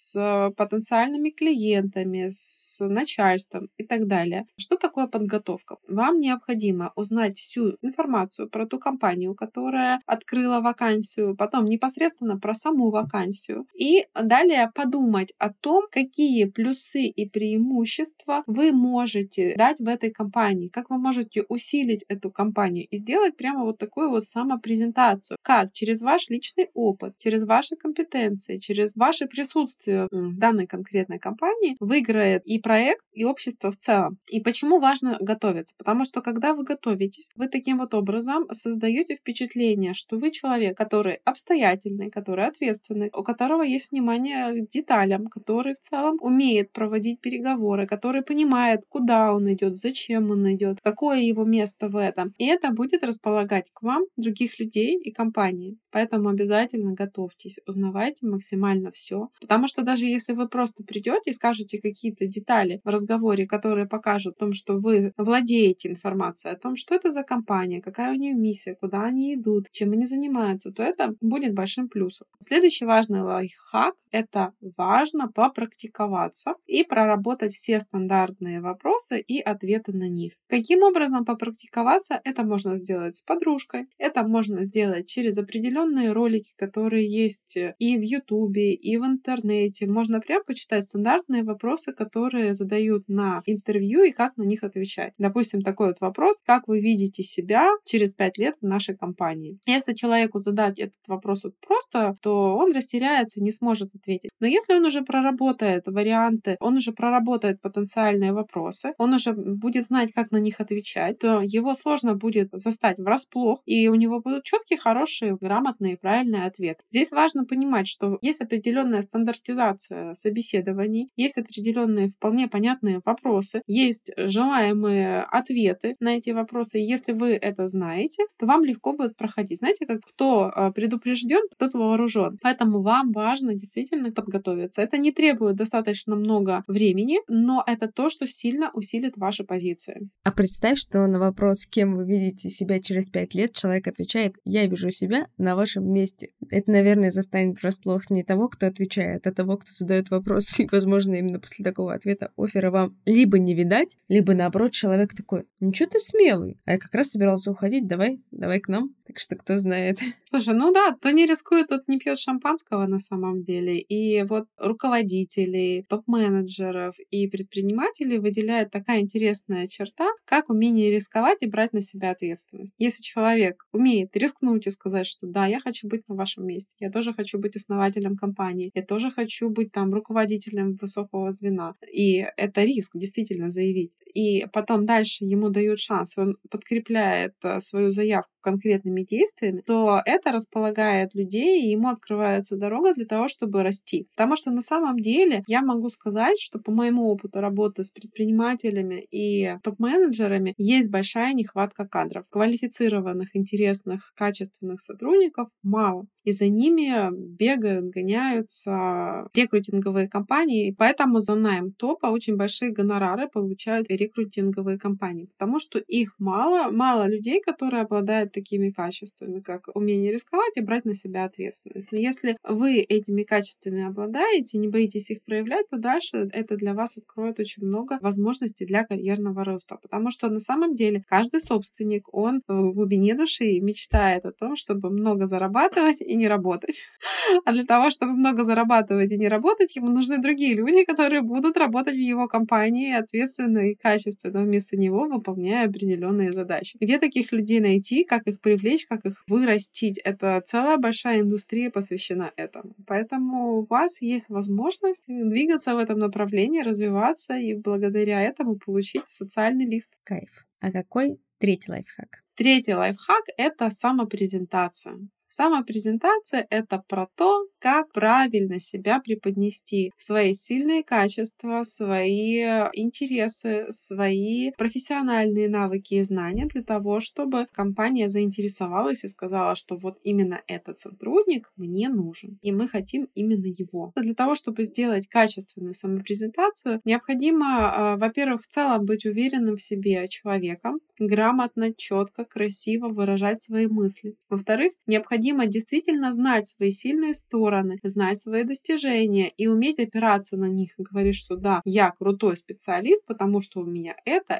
с потенциальными клиентами, с начальством и так далее. Что такое подготовка? Вам необходимо узнать всю информацию про ту компанию, которая открыла вакансию, потом непосредственно про саму вакансию, и далее подумать о том, какие плюсы и преимущества вы можете дать в этой компании, как вы можете усилить эту компанию и сделать прямо вот такую вот самопрезентацию. Как? Через ваш личный опыт, через ваши компетенции, через ваше присутствие в данной конкретной компании выиграет и проект, и общество в целом. И почему важно готовиться? Потому что когда вы готовитесь, вы таким вот образом создаете впечатление, что вы человек, который обстоятельный, который ответственный, у которого есть внимание к деталям, который в целом умеет проводить переговоры, который понимает, куда он идет, зачем он идет, какое его место в этом. И это будет располагать к вам других людей и компании. Поэтому обязательно готовьтесь, узнавайте максимально все. Потому что даже если вы просто придете и скажете какие-то детали в разговоре, которые покажут о том, что вы владеете информацией о том, что это за компания, какая у нее миссия, куда они идут, чем они занимаются, то это будет большим плюсом. Следующий важный лайфхак — это важно попрактиковаться и проработать все стандартные вопросы и ответы на них. Каким образом попрактиковаться? Это можно сделать с подружкой, это можно сделать через определенные ролики, которые есть и в Ютубе, и в интернете. Можно прям почитать стандартные вопросы, которые задают на интервью и как на них отвечать. Допустим, такой вот вопрос: как вы видите себя через 5 лет в нашей компании? Если человеку задать этот вопрос вот просто, то он растеряется и не сможет ответить. Но если он уже проработает варианты, он уже проработает потенциальные вопросы, он уже будет знать, как на них отвечать, то его сложно будет застать врасплох, и у него будут четкие, хорошие, грамотные, правильные ответы. Здесь важно понимать, что есть определенная стандартизация собеседований, есть определенные вполне понятные вопросы, есть желаемые ответы на эти вопросы. Если вы это знаете, то вам легко будет проходить. Знаете, как кто предупрежден, тот вооружен. Поэтому вам важно действительно подготовиться. Это не требует достаточно много времени, но это то, что сильно усилит ваши позиции. А представь, что на вопрос, кем вы видите себя через 5 лет, человек отвечает: я вижу себя на вашем месте. Это, наверное, застанет врасплох не того, кто отвечает, а того, кто задает вопрос. И, возможно, именно после такого ответа оффера вам либо не видать, либо, наоборот, человек такой: ничего ты смелый. А я как раз собирался уходить, давай к нам. Так что кто знает. Слушай, ну да, кто не рискует, тот не пьет шампанского на самом деле. И вот руководителей, топ-менеджеров и предпринимателей выделяет такая интересная черта, как умение рисковать и брать на себя ответственность. Если человек умеет рискнуть и сказать, что да, я хочу быть на вашем месте, я тоже хочу быть основателем компании, я тоже хочу быть там руководителем высокого звена. И это риск действительно заявить. И потом дальше ему дают шанс, он подкрепляет свою заявку конкретными действиями, то это располагает людей, и ему открывается дорога для того, чтобы расти. Потому что на самом деле я могу сказать, что по моему опыту работы с предпринимателями и топ-менеджерами есть большая нехватка кадров. Квалифицированных, интересных, качественных сотрудников мало. И за ними бегают, гоняются рекрутинговые компании. И поэтому за найм топа очень большие гонорары получают рекрутинговые компании. Потому что их мало людей, которые обладают такими качествами, как умение рисковать и брать на себя ответственность. Но если вы этими качествами обладаете, не боитесь их проявлять, то дальше это для вас откроет очень много возможностей для карьерного роста. Потому что на самом деле каждый собственник, он в глубине души мечтает о том, чтобы много зарабатывать и не работать. А для того, чтобы много зарабатывать и не работать, ему нужны другие люди, которые будут работать в его компании ответственно и качественно вместо него, выполняя определенные задачи. Где таких людей найти, как их привлечь, как их вырастить? Это целая большая индустрия посвящена этому. Поэтому у вас есть возможность двигаться в этом направлении, развиваться и благодаря этому получить социальный лифт. Кайф. А какой третий лайфхак? Третий лайфхак — это самопрезентация. Самопрезентация — это про то, как правильно себя преподнести, свои сильные качества, свои интересы, свои профессиональные навыки и знания для того, чтобы компания заинтересовалась и сказала, что вот именно этот сотрудник мне нужен, и мы хотим именно его. Для того, чтобы сделать качественную самопрезентацию, необходимо, во-первых, в целом быть уверенным в себе человеком, грамотно, четко, красиво выражать свои мысли. Во-вторых, необходимо действительно знать свои сильные стороны, знать свои достижения и уметь опираться на них и говорить, что да, я крутой специалист, потому что у меня это,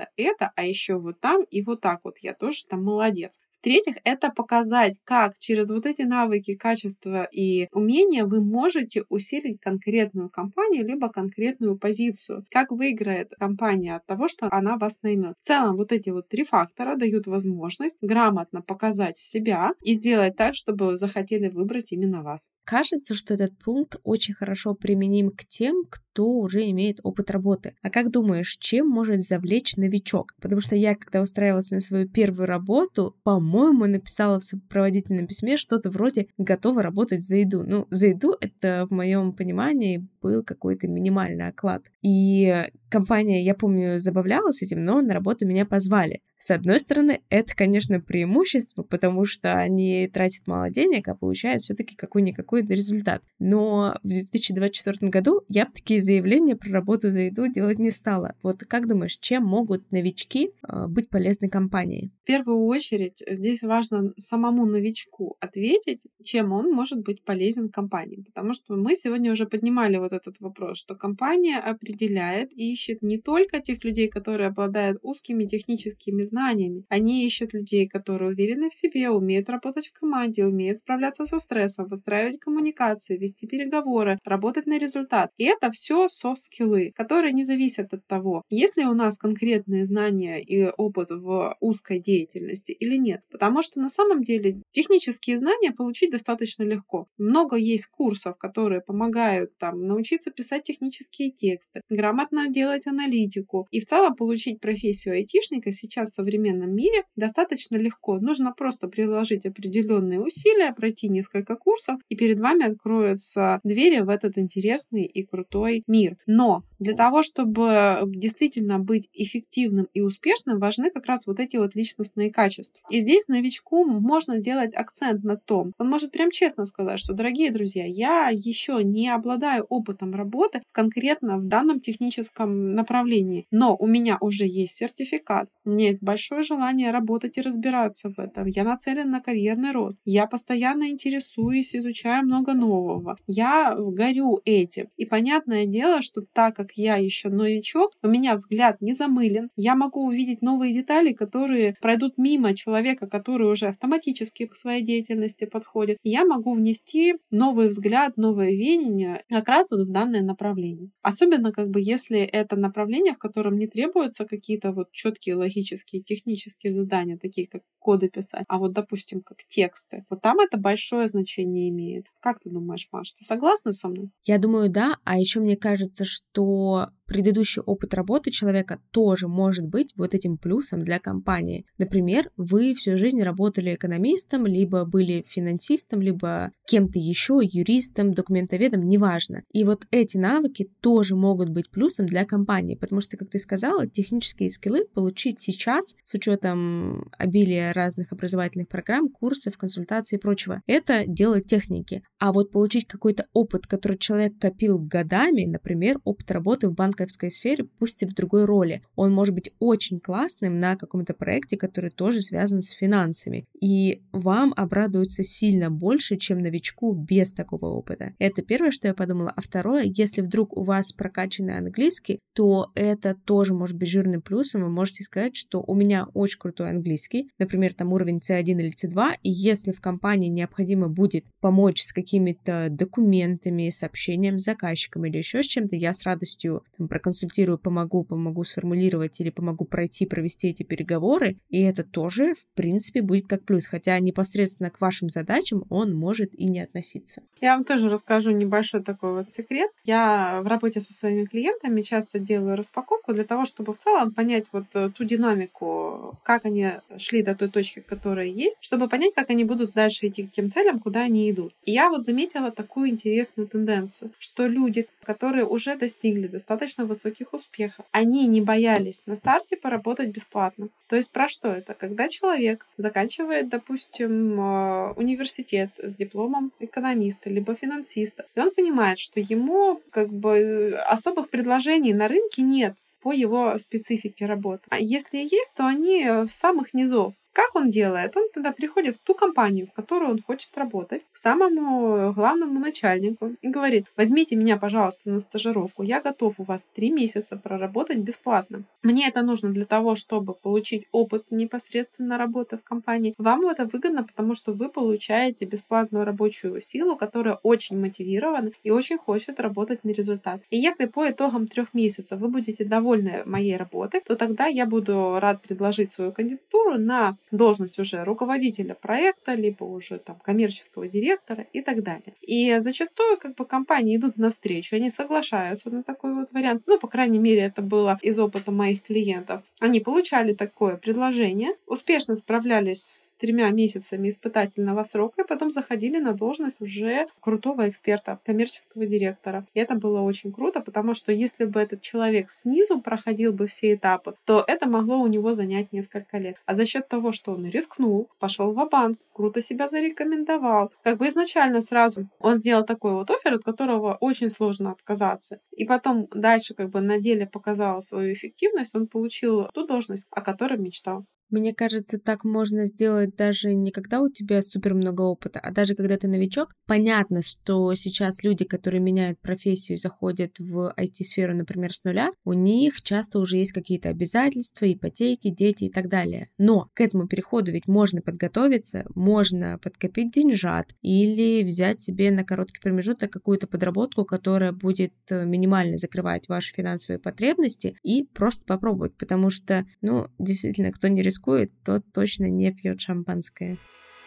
а еще вот там и вот так вот я тоже там молодец. В-третьих, это показать, как через вот эти навыки, качества и умения вы можете усилить конкретную компанию либо конкретную позицию. Как выиграет компания от того, что она вас наймет. В целом, вот эти вот 3 фактора дают возможность грамотно показать себя и сделать так, чтобы захотели выбрать именно вас. Кажется, что этот пункт очень хорошо применим к тем, кто уже имеет опыт работы. А как думаешь, чем может завлечь новичок? Потому что я, когда устраивалась на свою первую работу, по-моему, написала в сопроводительном письме что-то вроде «готова работать за еду». Ну, за еду это в моем понимании был какой-то минимальный оклад. И компания, я помню, забавлялась этим, но на работу меня позвали. С одной стороны, это, конечно, преимущество, потому что они тратят мало денег, а получают все-таки какой-никакой результат. Но в 2024 году я бы такие заявления про работу за еду делать не стала. Вот как думаешь, чем могут новички быть полезны компании? В первую очередь здесь важно самому новичку ответить, чем он может быть полезен компании. Потому что мы сегодня уже поднимали вот этот вопрос, что компания определяет и ищет не только тех людей, которые обладают узкими техническими знаниями. Они ищут людей, которые уверены в себе, умеют работать в команде, умеют справляться со стрессом, выстраивать коммуникации, вести переговоры, работать на результат. И это все софт-скиллы, которые не зависят от того, есть ли у нас конкретные знания и опыт в узкой деятельности или нет. Потому что на самом деле технические знания получить достаточно легко. Много есть курсов, которые помогают научиться писать технические тексты, грамотно делать аналитику. И в целом получить профессию айтишника сейчас в современном мире достаточно легко. Нужно просто приложить определенные усилия, пройти несколько курсов, и перед вами откроются двери в этот интересный и крутой мир. Но для того, чтобы действительно быть эффективным и успешным, важны как раз вот эти вот личностные качества. И здесь новичку можно делать акцент на том, он может прям честно сказать, что, дорогие друзья, я еще не обладаю опытом работы конкретно в данном техническом направлении, но у меня уже есть сертификат, у меня есть большое желание работать и разбираться в этом, я нацелен на карьерный рост, я постоянно интересуюсь, изучаю много нового, я горю этим. И понятное дело, что так как я еще новичок, у меня взгляд не замылен, я могу увидеть новые детали, которые пройдут мимо человека, который уже автоматически к своей деятельности подходит. Я могу внести новый взгляд, новое видение как раз вот в данное направление. Особенно если это направление, в котором не требуются какие-то вот четкие логические, технические задания, такие как коды писать, а вот, допустим, как тексты. Вот там это большое значение имеет. Как ты думаешь, Маш, ты согласна со мной? Я думаю, да. А еще мне кажется, что предыдущий опыт работы человека тоже может быть вот этим плюсом для компании. Например, вы всю жизнь работали экономистом, либо были финансистом, либо кем-то еще, юристом, документоведом, неважно. И вот эти навыки тоже могут быть плюсом для компании, потому что, как ты сказала, технические скиллы получить сейчас с учетом обилия разных образовательных программ, курсов, консультаций и прочего, это дело техники. А вот получить какой-то опыт, который человек копил годами, например, опыт работы в банковской сфере, пусть и в другой роли, он может быть очень классным на каком-то проекте, который тоже связан с финансами. И вам обрадуются сильно больше, чем новичку без такого опыта. Это первое, что я подумала. А второе, если вдруг у вас прокачанный английский, то это тоже может быть жирным плюсом. Вы можете сказать, что у меня очень крутой английский, например, там уровень C1 или C2, и если в компании необходимо будет помочь с какими-то документами, сообщением с заказчиком или еще с чем-то, я с радостью проконсультирую, помогу сформулировать или помогу провести эти переговоры, и это тоже, в принципе, будет как плюс, хотя непосредственно к вашим задачам он может и не относиться. Я вам тоже расскажу небольшой такой вот секрет. Я в работе со своими клиентами часто делаю распаковку для того, чтобы в целом понять вот ту динамику, как они шли до той точки, которая есть, чтобы понять, как они будут дальше идти к тем целям, куда они идут. И я вот заметила такую интересную тенденцию, что люди, которые уже достигли достаточно высоких успехов, они не боялись на старте поработать бесплатно. То есть про что это? Когда человек заканчивает, допустим, университет с дипломом экономиста либо финансиста, и он понимает, что ему особых предложений на рынке нет по его специфике работы. А если есть, то они с самых низов. Как он делает? Он тогда приходит в ту компанию, в которую он хочет работать, к самому главному начальнику и говорит: возьмите меня, пожалуйста, на стажировку, я готов у вас 3 месяца проработать бесплатно. Мне это нужно для того, чтобы получить опыт непосредственно работы в компании. Вам это выгодно, потому что вы получаете бесплатную рабочую силу, которая очень мотивирована и очень хочет работать на результат. И если по итогам 3 месяцев вы будете довольны моей работой, то тогда я буду рад предложить свою кандидатуру на должность уже руководителя проекта, либо уже коммерческого директора и так далее. И зачастую компании идут навстречу, они соглашаются на такой вот вариант. По крайней мере, это было из опыта моих клиентов. Они получали такое предложение, успешно справлялись с 3 месяцами испытательного срока и потом заходили на должность уже крутого эксперта, коммерческого директора. И это было очень круто, потому что если бы этот человек снизу проходил бы все этапы, то это могло у него занять несколько лет. А за счет того, что он рискнул, пошел ва-банк, круто себя зарекомендовал, изначально сразу он сделал такой вот оффер, от которого очень сложно отказаться. И потом дальше на деле показал свою эффективность, он получил ту должность, о которой мечтал. Мне кажется, так можно сделать даже не когда у тебя супер много опыта, а даже когда ты новичок. Понятно, что сейчас люди, которые меняют профессию, заходят в IT-сферу, например, с нуля, у них часто уже есть какие-то обязательства, ипотеки, дети и так далее. Но к этому переходу ведь можно подготовиться, можно подкопить деньжат или взять себе на короткий промежуток какую-то подработку, которая будет минимально закрывать ваши финансовые потребности, и просто попробовать, потому что, действительно, кто не рискует, тот точно не пьет шампанское.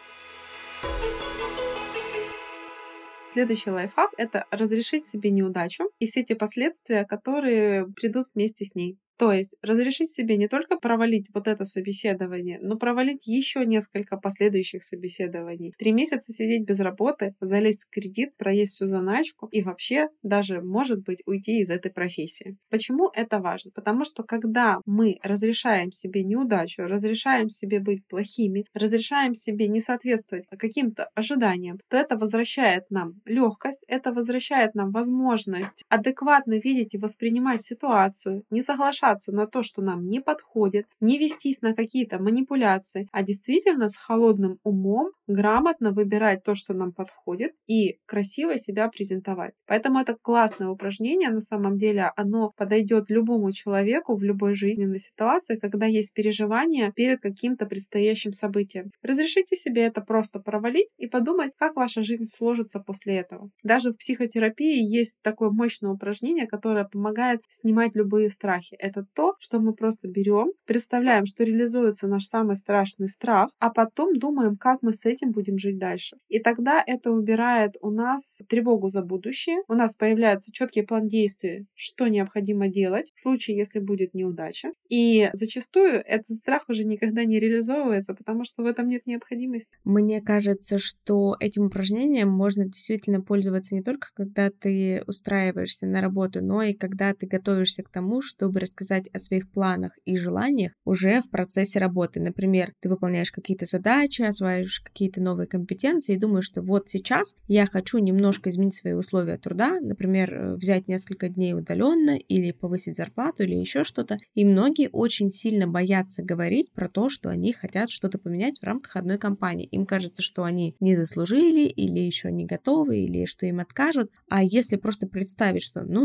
Следующий лайфхак — это разрешить себе неудачу и все те последствия, которые придут вместе с ней. То есть разрешить себе не только провалить вот это собеседование, но провалить еще несколько последующих собеседований. 3 месяца сидеть без работы, залезть в кредит, проесть всю заначку и вообще даже, может быть, уйти из этой профессии. Почему это важно? Потому что когда мы разрешаем себе неудачу, разрешаем себе быть плохими, разрешаем себе не соответствовать каким-то ожиданиям, то это возвращает нам легкость, это возвращает нам возможность адекватно видеть и воспринимать ситуацию, не соглашаться на то, что нам не подходит, не вестись на какие-то манипуляции, а действительно с холодным умом грамотно выбирать то, что нам подходит, и красиво себя презентовать. Поэтому это классное упражнение, на самом деле оно подойдет любому человеку в любой жизненной ситуации, когда есть переживания перед каким-то предстоящим событием. Разрешите себе это просто провалить и подумать, как ваша жизнь сложится после этого. Даже в психотерапии есть такое мощное упражнение, которое помогает снимать любые страхи. Это то, что мы просто берем, представляем, что реализуется наш самый страшный страх, а потом думаем, как мы с этим будем жить дальше. И тогда это убирает у нас тревогу за будущее, у нас появляется четкий план действий, что необходимо делать в случае, если будет неудача. И зачастую этот страх уже никогда не реализовывается, потому что в этом нет необходимости. Мне кажется, что этим упражнением можно действительно пользоваться не только когда ты устраиваешься на работу, но и когда ты готовишься к тому, чтобы рассказать о своих планах и желаниях уже в процессе работы. Например, ты выполняешь какие-то задачи, осваиваешь какие-то новые компетенции и думаешь, что вот сейчас я хочу немножко изменить свои условия труда, например, взять несколько дней удаленно или повысить зарплату или еще что-то. И многие очень сильно боятся говорить про то, что они хотят что-то поменять в рамках одной компании. Им кажется, что они не заслужили или еще не готовы, или что им откажут. А если просто представить, что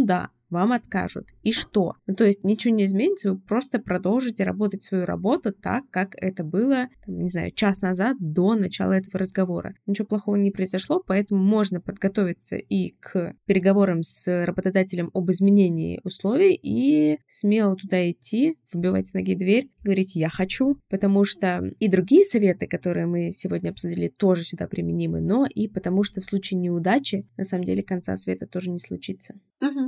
вам откажут. И что? Ну, то есть ничего не изменится, вы просто продолжите работать свою работу так, как это было, там, не знаю, час назад до начала этого разговора. Ничего плохого не произошло, поэтому можно подготовиться и к переговорам с работодателем об изменении условий и смело туда идти, выбивать с ноги дверь, говорить «я хочу», потому что и другие советы, которые мы сегодня обсудили, тоже сюда применимы, но и потому что в случае неудачи, на самом деле, конца света тоже не случится.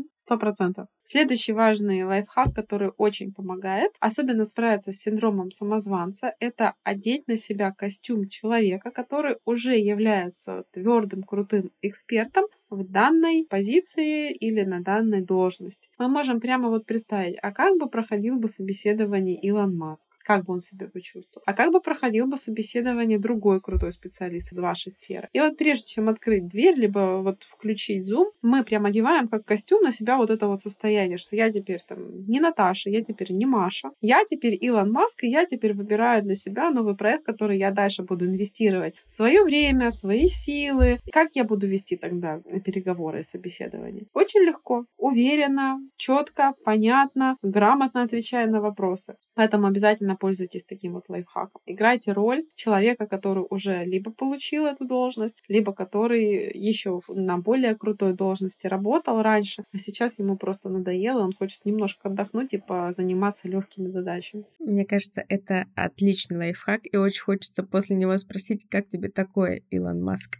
100%. Следующий важный лайфхак, который очень помогает, особенно справиться с синдромом самозванца, это одеть на себя костюм человека, который уже является твердым, крутым экспертом в данной позиции или на данной должности. Мы можем прямо вот представить, а как бы проходил бы собеседование Илон Маск? Как бы он себя почувствовал? А как бы проходил бы собеседование другой крутой специалист из вашей сферы? И вот прежде чем открыть дверь, либо вот включить Zoom, мы прям одеваем как костюм на себя вот это вот состояние, что я теперь там не Наташа, я теперь не Маша, я теперь Илон Маск, и я теперь выбираю для себя новый проект, в который я дальше буду инвестировать свое время, свои силы. Как я буду вести тогда переговоры и собеседования? Очень легко, уверенно, четко, понятно, грамотно отвечая на вопросы. Поэтому обязательно пользуйтесь таким вот лайфхаком. Играйте роль человека, который уже либо получил эту должность, либо который еще на более крутой должности работал раньше, а сейчас ему просто надоело, он хочет немножко отдохнуть и позаниматься легкими задачами. Мне кажется, это отличный лайфхак, и очень хочется после него спросить, как тебе такое, Илон Маск?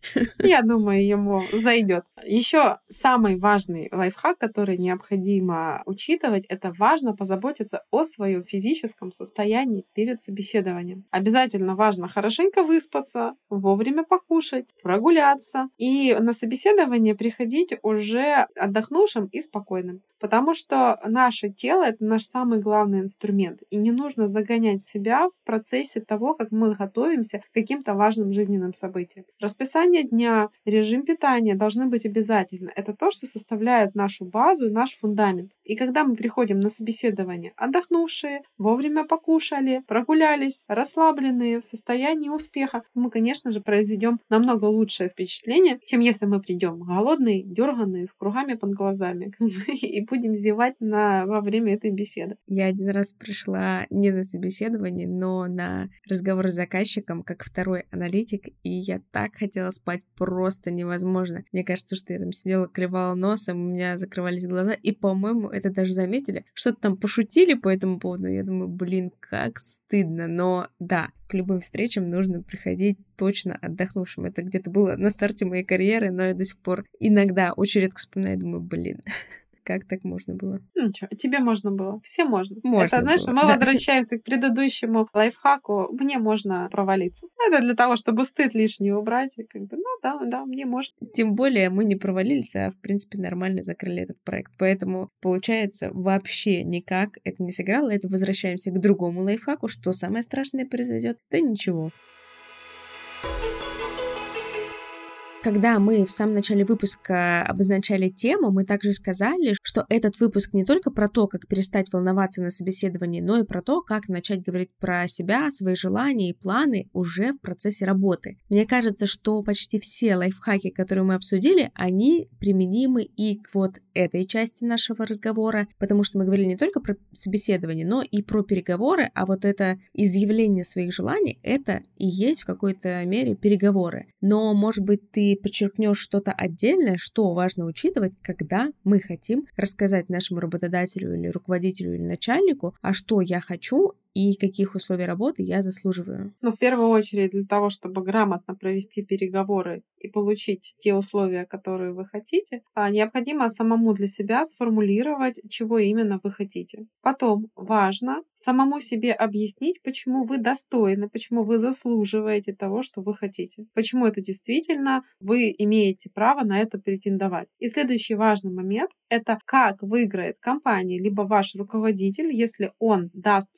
Я думаю, ему зайдет. Еще самый важный лайфхак, который необходимо учитывать, это важно позаботиться о своем физическом состоянии перед собеседованием. Обязательно важно хорошенько выспаться, вовремя покушать, прогуляться и на собеседование приходить уже отдохнувшим и спокойным. Потому что наше тело — это наш самый главный инструмент. И не нужно загонять себя в процессе того, как мы готовимся к каким-то важным жизненным событиям. Расписание дня, режим питания должны быть обязательно. Это то, что составляет нашу базу и наш фундамент. И когда мы приходим на собеседование отдохнувшие, вовремя покушали, прогулялись, расслабленные, в состоянии успеха, мы, конечно же, произведем намного лучшее впечатление, чем если мы придем голодные, дерганые, с кругами под глазами и будем зевать во время этой беседы. Я один раз пришла не на собеседование, но на разговор с заказчиком как второй аналитик, и я так хотела спать, просто невозможно. Мне кажется, что я там сидела, клевала носом, у меня закрывались глаза, и, по-моему, это даже заметили. Что-то там пошутили по этому поводу. Я думаю, блин, как стыдно. Но да, к любым встречам нужно приходить точно отдохнувшим. Это где-то было на старте моей карьеры, но я до сих пор иногда очень редко вспоминаю, думаю, блин, как так можно было? Ну ничего, тебе можно было. Все можно. Можно это, знаешь, было, мы да. возвращаемся к предыдущему лайфхаку. Мне можно провалиться. Это для того, чтобы стыд лишний убрать. И как бы, да, мне можно. Тем более мы не провалились, а в принципе нормально закрыли этот проект. Поэтому, получается, вообще никак это не сыграло. Это возвращаемся к другому лайфхаку. Что самое страшное произойдет? Да ничего. Когда мы в самом начале выпуска обозначали тему, мы также сказали, что этот выпуск не только про то, как перестать волноваться на собеседовании, но и про то, как начать говорить про себя, свои желания и планы уже в процессе работы. Мне кажется, что почти все лайфхаки, которые мы обсудили, они применимы и к вот этой части нашего разговора, потому что мы говорили не только про собеседование, но и про переговоры, а вот это изъявление своих желаний, это и есть в какой-то мере переговоры. Но, может быть, ты подчеркнешь что-то отдельное, что важно учитывать, когда мы хотим рассказать нашему работодателю или руководителю или начальнику, а что я хочу и каких условий работы я заслуживаю. В первую очередь, для того, чтобы грамотно провести переговоры и получить те условия, которые вы хотите, необходимо самому для себя сформулировать, чего именно вы хотите. Потом важно самому себе объяснить, почему вы достойны, почему вы заслуживаете того, что вы хотите. Почему это действительно вы имеете право на это претендовать. И следующий важный момент — это как выиграет компания либо ваш руководитель, если он даст вам то,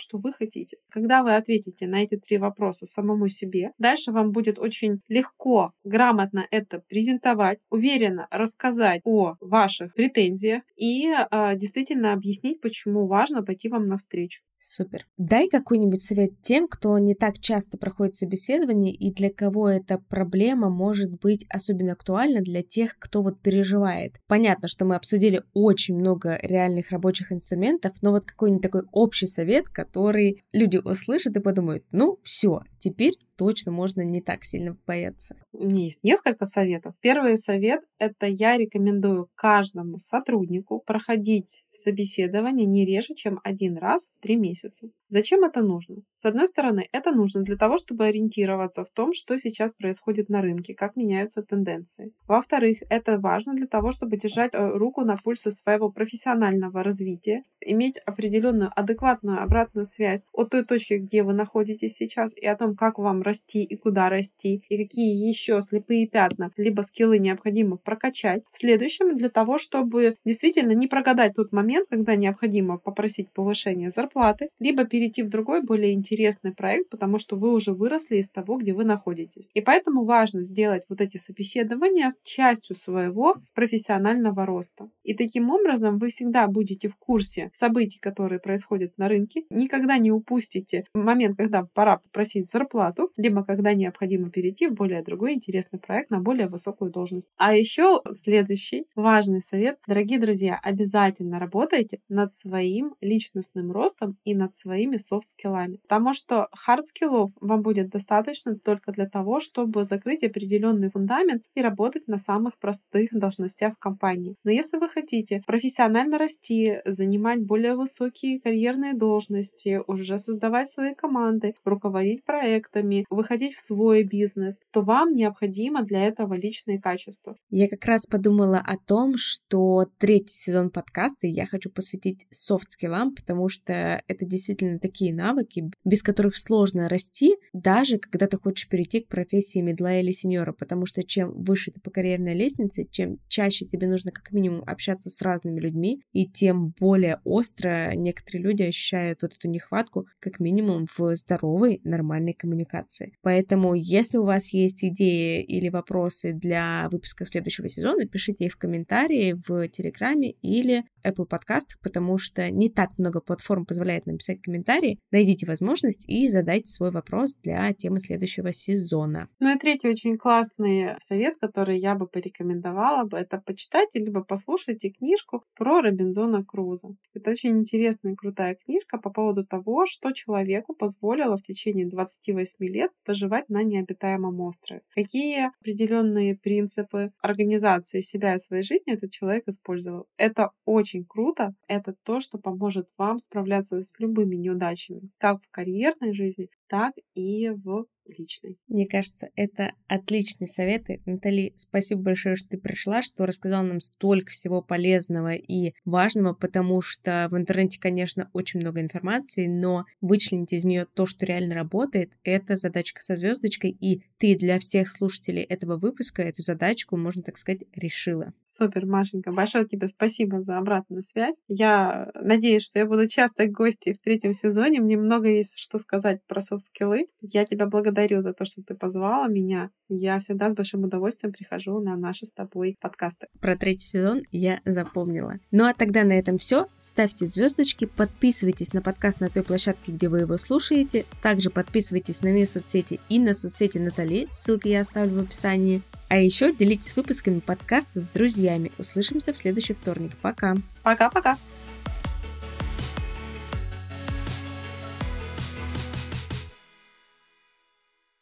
что вы хотите. Когда вы ответите на эти 3 вопроса самому себе, дальше вам будет очень легко, грамотно это презентовать, уверенно рассказать о ваших претензиях и действительно объяснить, почему важно пойти вам навстречу. Супер. Дай какой-нибудь совет тем, кто не так часто проходит собеседование и для кого эта проблема может быть особенно актуальна для тех, кто вот переживает. Понятно, что мы обсудили очень много реальных рабочих инструментов, но вот какой-нибудь такой общий совет, который люди услышат и подумают, ну все, теперь точно можно не так сильно бояться. У меня есть несколько советов. Первый совет – это я рекомендую каждому сотруднику проходить собеседование не реже, чем 1 раз в 3 месяца. Зачем это нужно? С одной стороны, это нужно для того, чтобы ориентироваться в том, что сейчас происходит на рынке, как меняются тенденции. Во-вторых, это важно для того, чтобы держать руку на пульсе своего профессионального развития, иметь определенную адекватную обратную связь от той точки, где вы находитесь сейчас, и о том, как вам расти и куда расти, и какие еще слепые пятна, либо скиллы необходимо прокачать. Следующим, для того, чтобы действительно не прогадать тот момент, когда необходимо попросить повышения зарплаты, либо перейти в другой, более интересный проект, потому что вы уже выросли из того, где вы находитесь. И поэтому важно сделать вот эти собеседования частью своего профессионального роста. И таким образом вы всегда будете в курсе событий, которые происходят на рынке, никогда не упустите момент, когда пора попросить зарплату, либо когда необходимо перейти в более другой интересный проект на более высокую должность. А еще следующий важный совет. Дорогие друзья, обязательно работайте над своим личностным ростом и над своими софт-скиллами, потому что хард-скиллов вам будет достаточно только для того, чтобы закрыть определенный фундамент и работать на самых простых должностях в компании. Но если вы хотите профессионально расти, занимать более высокие карьерные должности, уже создавать свои команды, руководить проектами, выходить в свой бизнес, то вам необходимо для этого личные качества. Я как раз подумала о том, что 3-й сезон подкаста я хочу посвятить софт-скиллам, потому что это действительно такие навыки, без которых сложно расти, даже когда ты хочешь перейти к профессии мидла или сеньора, потому что чем выше ты по карьерной лестнице, чем чаще тебе нужно как минимум общаться с разными людьми, и тем более остро некоторые люди ощущают вот эту нехватку как минимум в здоровой, нормальной коммуникации. Поэтому, если у вас есть идеи или вопросы для выпусков следующего сезона, пишите их в комментарии в Телеграме или Apple подкастах, потому что не так много платформ позволяет написать комментарии. Найдите возможность и задайте свой вопрос для темы следующего сезона. Ну и 3-й очень классный совет, который я бы порекомендовала бы, это почитайте либо послушайте книжку про Робинзона Крузо. Это очень интересная и крутая книжка по поводу того, что человеку позволило в течение 28 лет поживать на необитаемом острове. Какие определенные принципы организации себя и своей жизни этот человек использовал. Это очень круто. Это то, что поможет вам справляться с любыми неудачами, как в карьерной жизни, так и в личной. Мне кажется, это отличные советы. Натали, спасибо большое, что ты пришла, что рассказала нам столько всего полезного и важного, потому что в интернете, конечно, очень много информации, но вычленить из нее то, что реально работает, это задачка со звездочкой, и ты для всех слушателей этого выпуска эту задачку, можно так сказать, решила. Супер, Машенька, большое тебе спасибо за обратную связь. Я надеюсь, что я буду часто гостьей в 3-м сезоне. Мне много есть что сказать про софт-скиллы. Я тебя благодарю за то, что ты позвала меня. Я всегда с большим удовольствием прихожу на наши с тобой подкасты. Про 3-й сезон я запомнила. Ну а тогда на этом все. Ставьте звездочки, подписывайтесь на подкаст на той площадке, где вы его слушаете. Также подписывайтесь на мои соцсети и на соцсети Натали. Ссылки я оставлю в описании. А еще делитесь выпусками подкаста с друзьями. Услышимся в следующий вторник. Пока. Пока-пока.